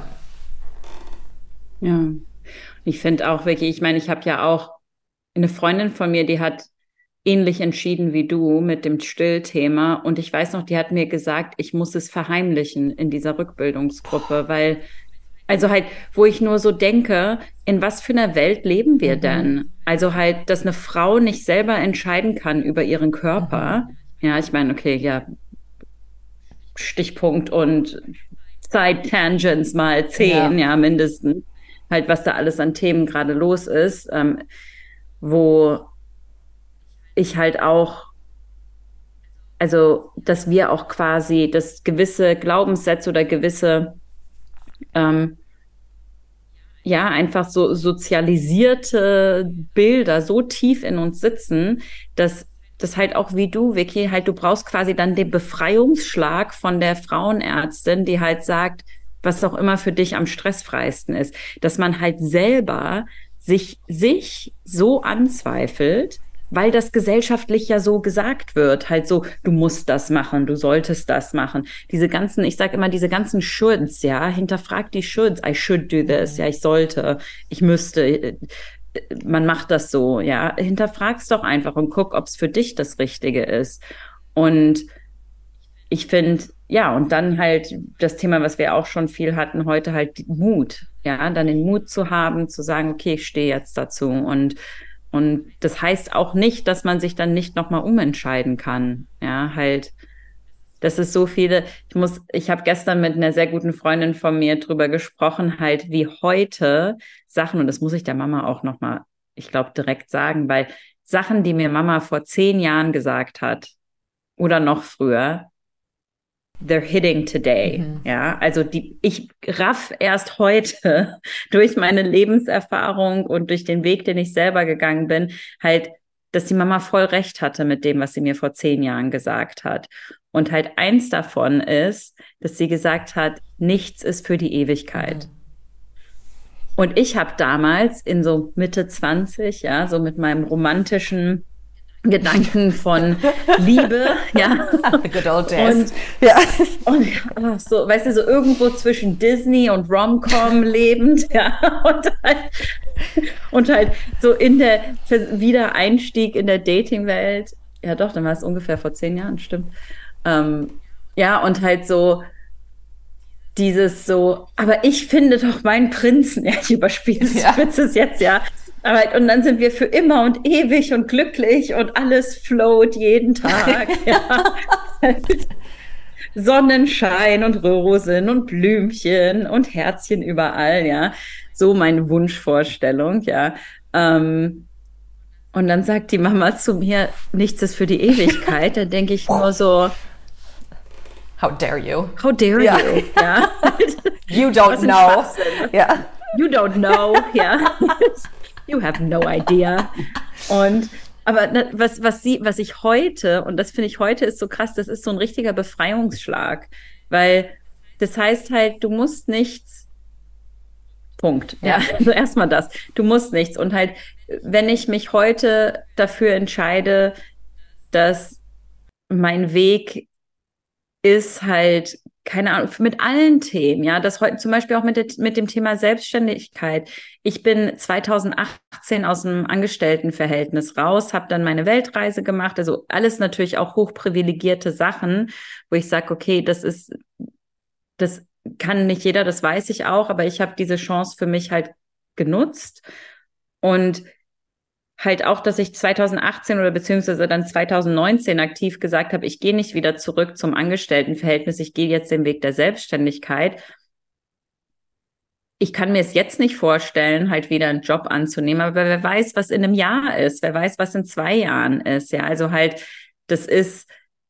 Ja. Ich finde auch wirklich, ich meine, ich habe ja auch eine Freundin von mir, die hat ähnlich entschieden wie du mit dem Stillthema. Und ich weiß noch, die hat mir gesagt, ich muss es verheimlichen in dieser Rückbildungsgruppe, weil, also halt, wo ich nur so denke, in was für einer Welt leben wir denn? Also halt, dass eine Frau nicht selber entscheiden kann über ihren Körper. Ja, ich meine, okay, ja, Stichpunkt und Side-Tangents mal 10, ja, mindestens. Halt, was da alles an Themen gerade los ist, wo ich halt auch, also, dass wir auch quasi, dass gewisse Glaubenssätze oder gewisse, ja, einfach so sozialisierte Bilder so tief in uns sitzen, dass das halt auch wie du, Vicky, halt, du brauchst quasi dann den Befreiungsschlag von der Frauenärztin, die halt sagt, was auch immer für dich am stressfreisten ist, dass man halt selber sich so anzweifelt, weil das gesellschaftlich ja so gesagt wird, halt so, du musst das machen, du solltest das machen. Diese ganzen, ich sage immer, diese ganzen Shoulds, ja, hinterfragt die Shoulds, I should do this, ja, ich sollte, ich müsste, man macht das so, ja, hinterfrag's doch einfach und guck, ob es für dich das Richtige ist. Und ich finde, ja, und dann halt das Thema, was wir auch schon viel hatten heute, halt Mut, ja, dann den Mut zu haben, zu sagen, okay, ich stehe jetzt dazu. Und das heißt auch nicht, dass man sich dann nicht nochmal umentscheiden kann. Ja, halt, das ist so viele, ich habe gestern mit einer sehr guten Freundin von mir drüber gesprochen, halt wie heute Sachen, und das muss ich der Mama auch nochmal, ich glaube, direkt sagen, weil Sachen, die mir Mama vor 10 Jahren gesagt hat oder noch früher, they're hitting today. Ja, also ich raff erst heute durch meine Lebenserfahrung und durch den Weg, den ich selber gegangen bin, halt, dass die Mama voll recht hatte mit dem, was sie mir vor 10 Jahren gesagt hat. Und halt eins davon ist, dass sie gesagt hat, nichts ist für die Ewigkeit. Und ich habe damals in so Mitte 20, ja, so mit meinem romantischen Gedanken von Liebe, ja. The good old days. Und so, weißt du, so irgendwo zwischen Disney und Rom-Com lebend, ja. Und halt so in der Wiedereinstieg in der Dating-Welt. Ja doch, dann war es ungefähr vor 10 Jahren, stimmt. Ja, und halt so dieses so, aber ich finde doch meinen Prinzen, ja, ich überspitze es jetzt, ja. Aber, und dann sind wir für immer und ewig und glücklich und alles float jeden Tag, ja. Sonnenschein und Rosen und Blümchen und Herzchen überall, ja. So meine Wunschvorstellung, ja. Und dann sagt die Mama zu mir, nichts ist für die Ewigkeit. Da denke ich nur so, how dare you? How dare you? Ja. You don't know. Ja. You don't know, ja. You have no idea. Und aber was ich heute, und das finde ich heute ist so krass, das ist so ein richtiger Befreiungsschlag, weil das heißt halt, du musst nichts, Punkt. Ja, also erstmal das. Du musst nichts. Und halt, wenn ich mich heute dafür entscheide, dass mein Weg ist halt, keine Ahnung, mit allen Themen, ja, das heute zum Beispiel auch mit dem Thema Selbstständigkeit. Ich bin 2018 aus dem Angestelltenverhältnis raus, habe dann meine Weltreise gemacht, also alles natürlich auch hochprivilegierte Sachen, wo ich sage, okay, das kann nicht jeder, das weiß ich auch, aber ich habe diese Chance für mich halt genutzt und halt auch, dass ich 2018 oder beziehungsweise dann 2019 aktiv gesagt habe, ich gehe nicht wieder zurück zum Angestelltenverhältnis, ich gehe jetzt den Weg der Selbstständigkeit. Ich kann mir es jetzt nicht vorstellen, halt wieder einen Job anzunehmen, aber wer weiß, was in einem Jahr ist, wer weiß, was in 2 Jahren ist, ja, also halt, das ist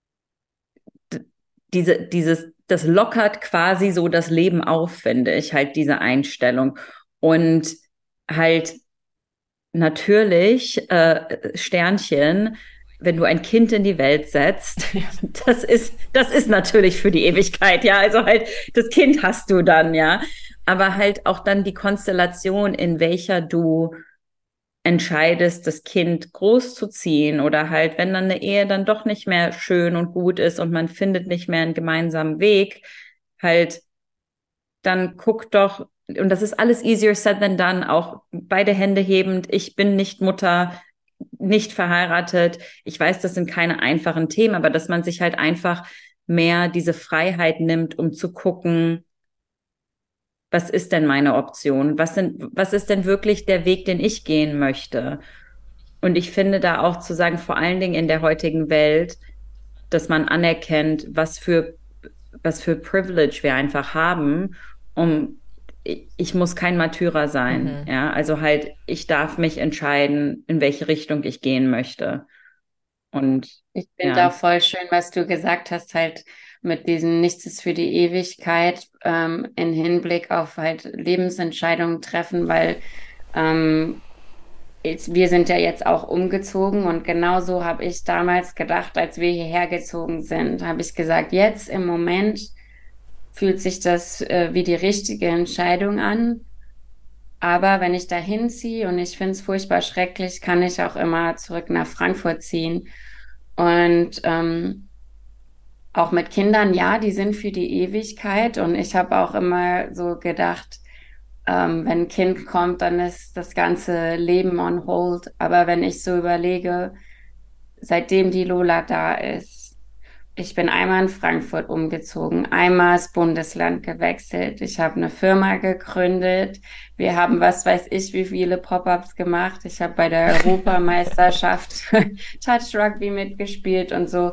das lockert quasi so das Leben auf, finde ich, halt diese Einstellung und halt natürlich, Sternchen, wenn du ein Kind in die Welt setzt, das ist natürlich für die Ewigkeit, ja, also halt, das Kind hast du dann, ja, aber halt auch dann die Konstellation, in welcher du entscheidest, das Kind großzuziehen oder halt, wenn dann eine Ehe dann doch nicht mehr schön und gut ist und man findet nicht mehr einen gemeinsamen Weg, halt, dann guck doch, und das ist alles easier said than done, auch beide Hände hebend, ich bin nicht Mutter, nicht verheiratet, ich weiß, das sind keine einfachen Themen, aber dass man sich halt einfach mehr diese Freiheit nimmt, um zu gucken, was ist denn meine Option? Was ist denn wirklich der Weg, den ich gehen möchte? Und ich finde da auch zu sagen, vor allen Dingen in der heutigen Welt, dass man anerkennt, was für Privilege wir einfach haben, ich muss kein Martyrer sein, ja, also halt, ich darf mich entscheiden, in welche Richtung ich gehen möchte. Und ich finde auch voll schön, was du gesagt hast, halt mit diesem Nichts ist für die Ewigkeit, in Hinblick auf halt Lebensentscheidungen treffen, weil wir sind ja jetzt auch umgezogen und genauso habe ich damals gedacht, als wir hierher gezogen sind, habe ich gesagt, jetzt im Moment fühlt sich das wie die richtige Entscheidung an. Aber wenn ich da hinziehe und ich finde es furchtbar schrecklich, kann ich auch immer zurück nach Frankfurt ziehen. Und auch mit Kindern, ja, die sind für die Ewigkeit. Und ich habe auch immer so gedacht, wenn ein Kind kommt, dann ist das ganze Leben on hold. Aber wenn ich so überlege, seitdem die Lola da ist, ich bin einmal in Frankfurt umgezogen, einmal das Bundesland gewechselt. Ich habe eine Firma gegründet. Wir haben, was weiß ich, wie viele Pop-ups gemacht. Ich habe bei der Europameisterschaft Touch Rugby mitgespielt und so.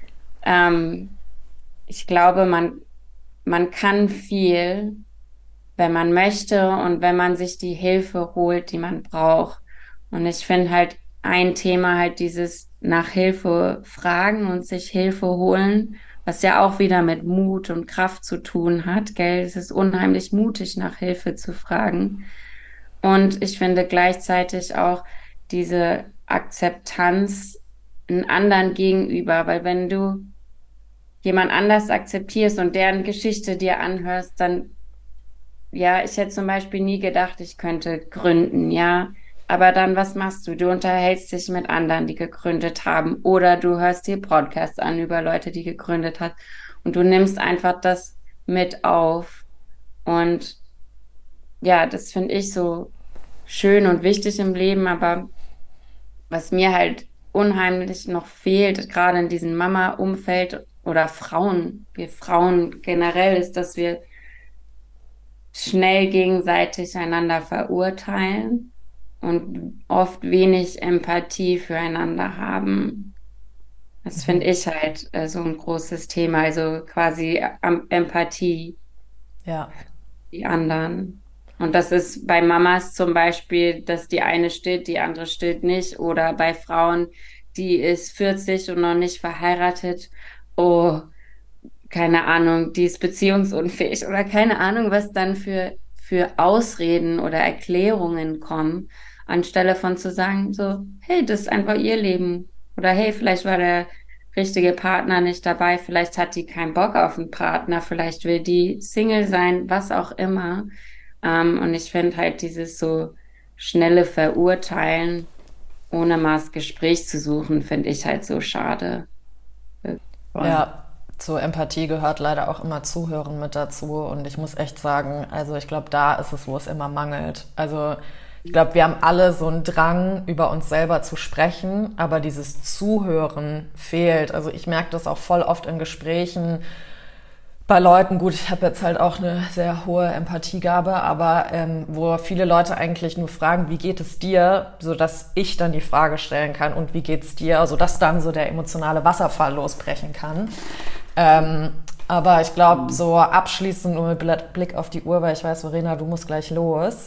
Ich glaube, man kann viel, wenn man möchte und wenn man sich die Hilfe holt, die man braucht. Und ich finde halt ein Thema halt dieses nach Hilfe fragen und sich Hilfe holen, was ja auch wieder mit Mut und Kraft zu tun hat, gell? Es ist unheimlich mutig, nach Hilfe zu fragen. Und ich finde gleichzeitig auch diese Akzeptanz einen anderen gegenüber, weil wenn du jemand anders akzeptierst und deren Geschichte dir anhörst, dann, ja, ich hätte zum Beispiel nie gedacht, ich könnte gründen, ja. Aber dann, was machst du? Du unterhältst dich mit anderen, die gegründet haben, oder du hörst dir Podcasts an über Leute, die gegründet haben, und du nimmst einfach das mit auf. Und ja, das finde ich so schön und wichtig im Leben, aber was mir halt unheimlich noch fehlt, gerade in diesem Mama-Umfeld oder wir Frauen generell, ist, dass wir schnell gegenseitig einander verurteilen und oft wenig Empathie füreinander haben. Das finde ich halt so ein großes Thema, also quasi Empathie, Ja. die anderen. Und das ist bei Mamas zum Beispiel, dass die eine stillt, die andere stillt nicht. Oder bei Frauen, die ist 40 und noch nicht verheiratet. Oh, keine Ahnung, die ist beziehungsunfähig oder keine Ahnung, was dann für Ausreden oder Erklärungen kommen, anstelle von zu sagen, so, hey, das ist einfach ihr Leben. Oder hey, vielleicht war der richtige Partner nicht dabei, vielleicht hat die keinen Bock auf einen Partner, vielleicht will die Single sein, was auch immer. Und ich finde halt dieses so schnelle Verurteilen, ohne mal das Gespräch zu suchen, finde ich halt so schade. Ja, zur Empathie gehört leider auch immer Zuhören mit dazu. Und ich muss echt sagen, also ich glaube, da ist es, wo es immer mangelt. Also ich glaube, wir haben alle so einen Drang, über uns selber zu sprechen, aber dieses Zuhören fehlt. Also ich merke das auch voll oft in Gesprächen bei Leuten. Gut, ich habe jetzt halt auch eine sehr hohe Empathiegabe, aber wo viele Leute eigentlich nur fragen, wie geht es dir, sodass ich dann die Frage stellen kann, und wie geht's dir, sodass dann so der emotionale Wasserfall losbrechen kann. Aber ich glaube, so abschließend nur mit Blick auf die Uhr, weil ich weiß, Verena, du musst gleich los.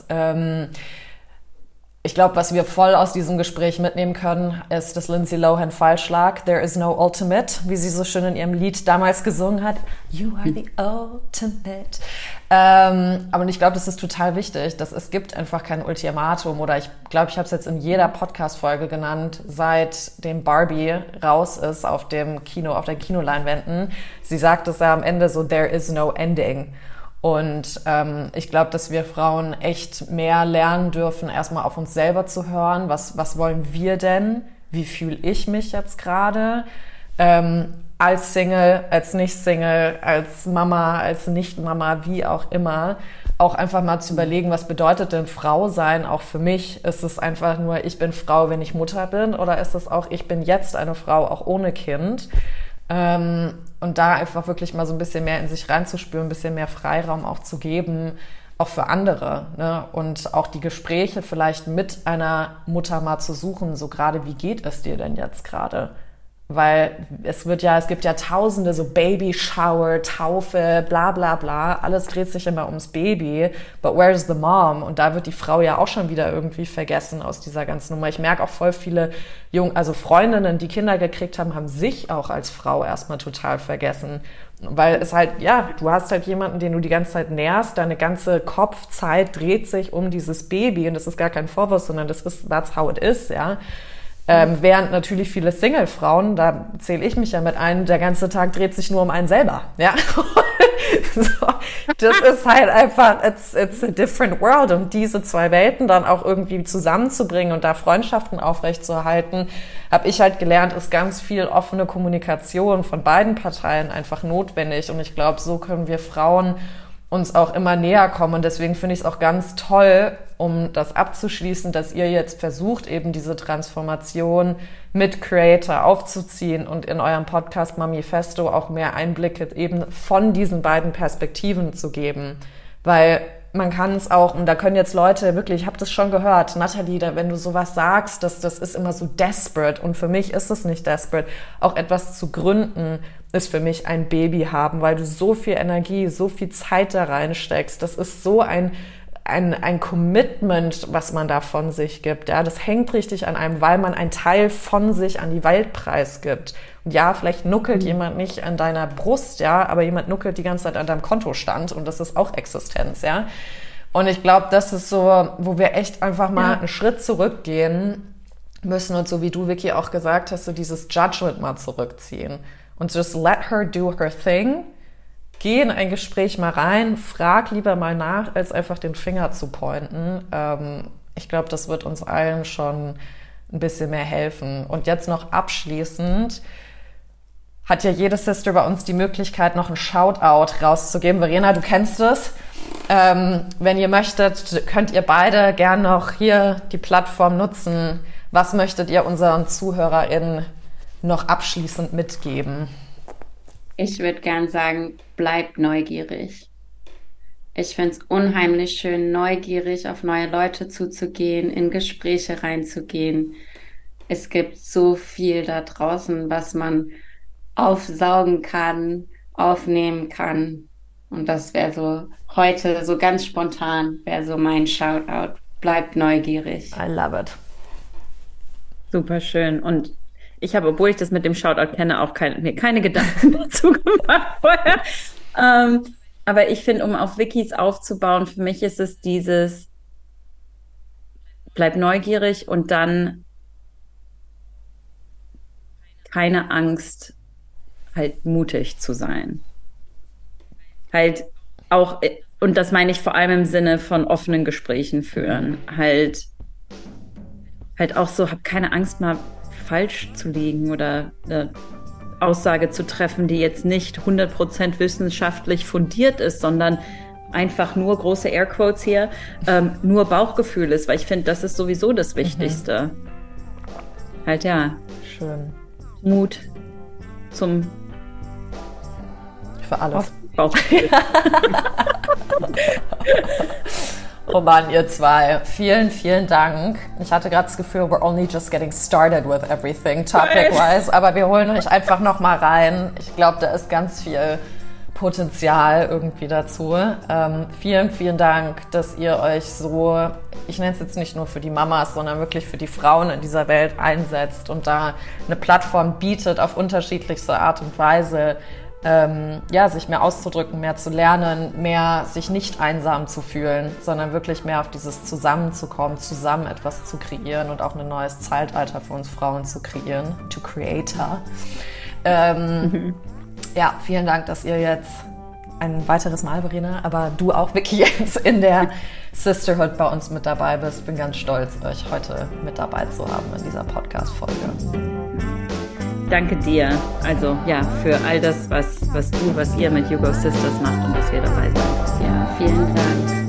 Ich glaube, was wir voll aus diesem Gespräch mitnehmen können, ist das Lindsay Lohan Falschschlag. There is no ultimate, wie sie so schön in ihrem Lied damals gesungen hat. You are the ultimate. Aber ich glaube, das ist total wichtig, dass es gibt einfach kein Ultimatum. Oder ich glaube, ich habe es jetzt in jeder Podcast-Folge genannt, seit dem Barbie raus ist auf der Kinoleinwänden. Sie sagt es ja am Ende so, there is no ending. Und ich glaube, dass wir Frauen echt mehr lernen dürfen, erstmal auf uns selber zu hören. Was wollen wir denn? Wie fühle ich mich jetzt gerade? Als Single, als Nicht-Single, als Mama, als Nicht-Mama, wie auch immer. Auch einfach mal zu überlegen, was bedeutet denn Frau sein auch für mich? Ist es einfach nur, ich bin Frau, wenn ich Mutter bin? Oder ist es auch, ich bin jetzt eine Frau, auch ohne Kind? Und da einfach wirklich mal so ein bisschen mehr in sich reinzuspüren, ein bisschen mehr Freiraum auch zu geben, auch für andere, ne? Und auch die Gespräche vielleicht mit einer Mutter mal zu suchen, so gerade, wie geht es dir denn jetzt gerade? Weil es gibt ja tausende so Baby-Shower, Taufe, bla bla bla, alles dreht sich immer ums Baby, but where's the mom? Und da wird die Frau ja auch schon wieder irgendwie vergessen aus dieser ganzen Nummer. Ich merke auch voll viele Freundinnen, die Kinder gekriegt haben, haben sich auch als Frau erstmal total vergessen. Weil es halt, ja, du hast halt jemanden, den du die ganze Zeit nährst, deine ganze Kopfzeit dreht sich um dieses Baby, und das ist gar kein Vorwurf, sondern that's how it is, ja. Während natürlich viele Single-Frauen, da zähle ich mich ja mit ein, der ganze Tag dreht sich nur um einen selber, ja. So, das ist halt einfach, it's a different world, und diese zwei Welten dann auch irgendwie zusammenzubringen und da Freundschaften aufrechtzuerhalten, habe ich halt gelernt, ist ganz viel offene Kommunikation von beiden Parteien einfach notwendig, und ich glaube, so können wir Frauen uns auch immer näher kommen. Und deswegen finde ich es auch ganz toll, um das abzuschließen, dass ihr jetzt versucht, eben diese Transformation mit Creator aufzuziehen und in eurem Podcast Mamifesto auch mehr Einblicke eben von diesen beiden Perspektiven zu geben. Weil man kann es auch, und da können jetzt Leute wirklich, ich habe das schon gehört, Nathalie, wenn du sowas sagst, das ist immer so desperate, und für mich ist es nicht desperate. Auch etwas zu gründen ist für mich ein Baby haben, weil du so viel Energie, so viel Zeit da reinsteckst. Das ist so ein Commitment, was man da von sich gibt. Ja, das hängt richtig an einem, weil man einen Teil von sich an die Welt preisgibt. Und ja, vielleicht nuckelt jemand nicht an deiner Brust, ja, aber jemand nuckelt die ganze Zeit an deinem Kontostand, und das ist auch Existenz, ja. Und ich glaube, das ist so, wo wir echt einfach mal einen Schritt zurückgehen müssen, und so wie du, Vicky, auch gesagt hast, so dieses Judgment mal zurückziehen und just let her do her thing. Geh in ein Gespräch mal rein, frag lieber mal nach, als einfach den Finger zu pointen. Ich glaube, das wird uns allen schon ein bisschen mehr helfen. Und jetzt noch abschließend hat ja jede Sister bei uns die Möglichkeit, noch ein Shoutout rauszugeben. Verena, du kennst es. Wenn ihr möchtet, könnt ihr beide gern noch hier die Plattform nutzen. Was möchtet ihr unseren ZuhörerInnen noch abschließend mitgeben? Ich würde gern sagen, bleib neugierig. Ich finde es unheimlich schön, neugierig auf neue Leute zuzugehen, in Gespräche reinzugehen. Es gibt so viel da draußen, was man aufsaugen kann, aufnehmen kann. Und das wäre so heute so ganz spontan, wäre so mein Shoutout. Bleibt neugierig. I love it. Super schön. Und ich habe, obwohl ich das mit dem Shoutout kenne, auch mir keine Gedanken dazu gemacht vorher. Aber ich finde, um auf Wikis aufzubauen, für mich ist es dieses bleib neugierig und dann keine Angst, halt mutig zu sein. Halt auch, und das meine ich vor allem im Sinne von offenen Gesprächen führen. Halt auch so, hab keine Angst, mal falsch zu liegen oder eine Aussage zu treffen, die jetzt nicht 100% wissenschaftlich fundiert ist, sondern einfach nur, große Airquotes hier, nur Bauchgefühl ist, weil ich finde, das ist sowieso das Wichtigste. Halt ja. Schön. Mut zum für alles. Bauchgefühl. Oh Mann, ihr zwei. Vielen, vielen Dank. Ich hatte gerade das Gefühl, we're only just getting started with everything, topic-wise. Aber wir holen euch einfach noch mal rein. Ich glaube, da ist ganz viel Potenzial irgendwie dazu. Vielen, vielen Dank, dass ihr euch so, ich nenne es jetzt nicht nur für die Mamas, sondern wirklich für die Frauen in dieser Welt einsetzt und da eine Plattform bietet, auf unterschiedlichste Art und Weise, sich mehr auszudrücken, mehr zu lernen, mehr sich nicht einsam zu fühlen, sondern wirklich mehr auf dieses Zusammenzukommen, zusammen etwas zu kreieren und auch ein neues Zeitalter für uns Frauen zu kreieren. To creator. Ja, vielen Dank, dass ihr jetzt ein weiteres Mal, Verena, aber du auch, Vicky, jetzt in der Sisterhood bei uns mit dabei bist. Bin ganz stolz, euch heute mit dabei zu haben in dieser Podcast-Folge. Danke dir. Also ja, für all das, was ihr mit You Go Sisters macht und dass wir dabei sind. Ja, vielen Dank.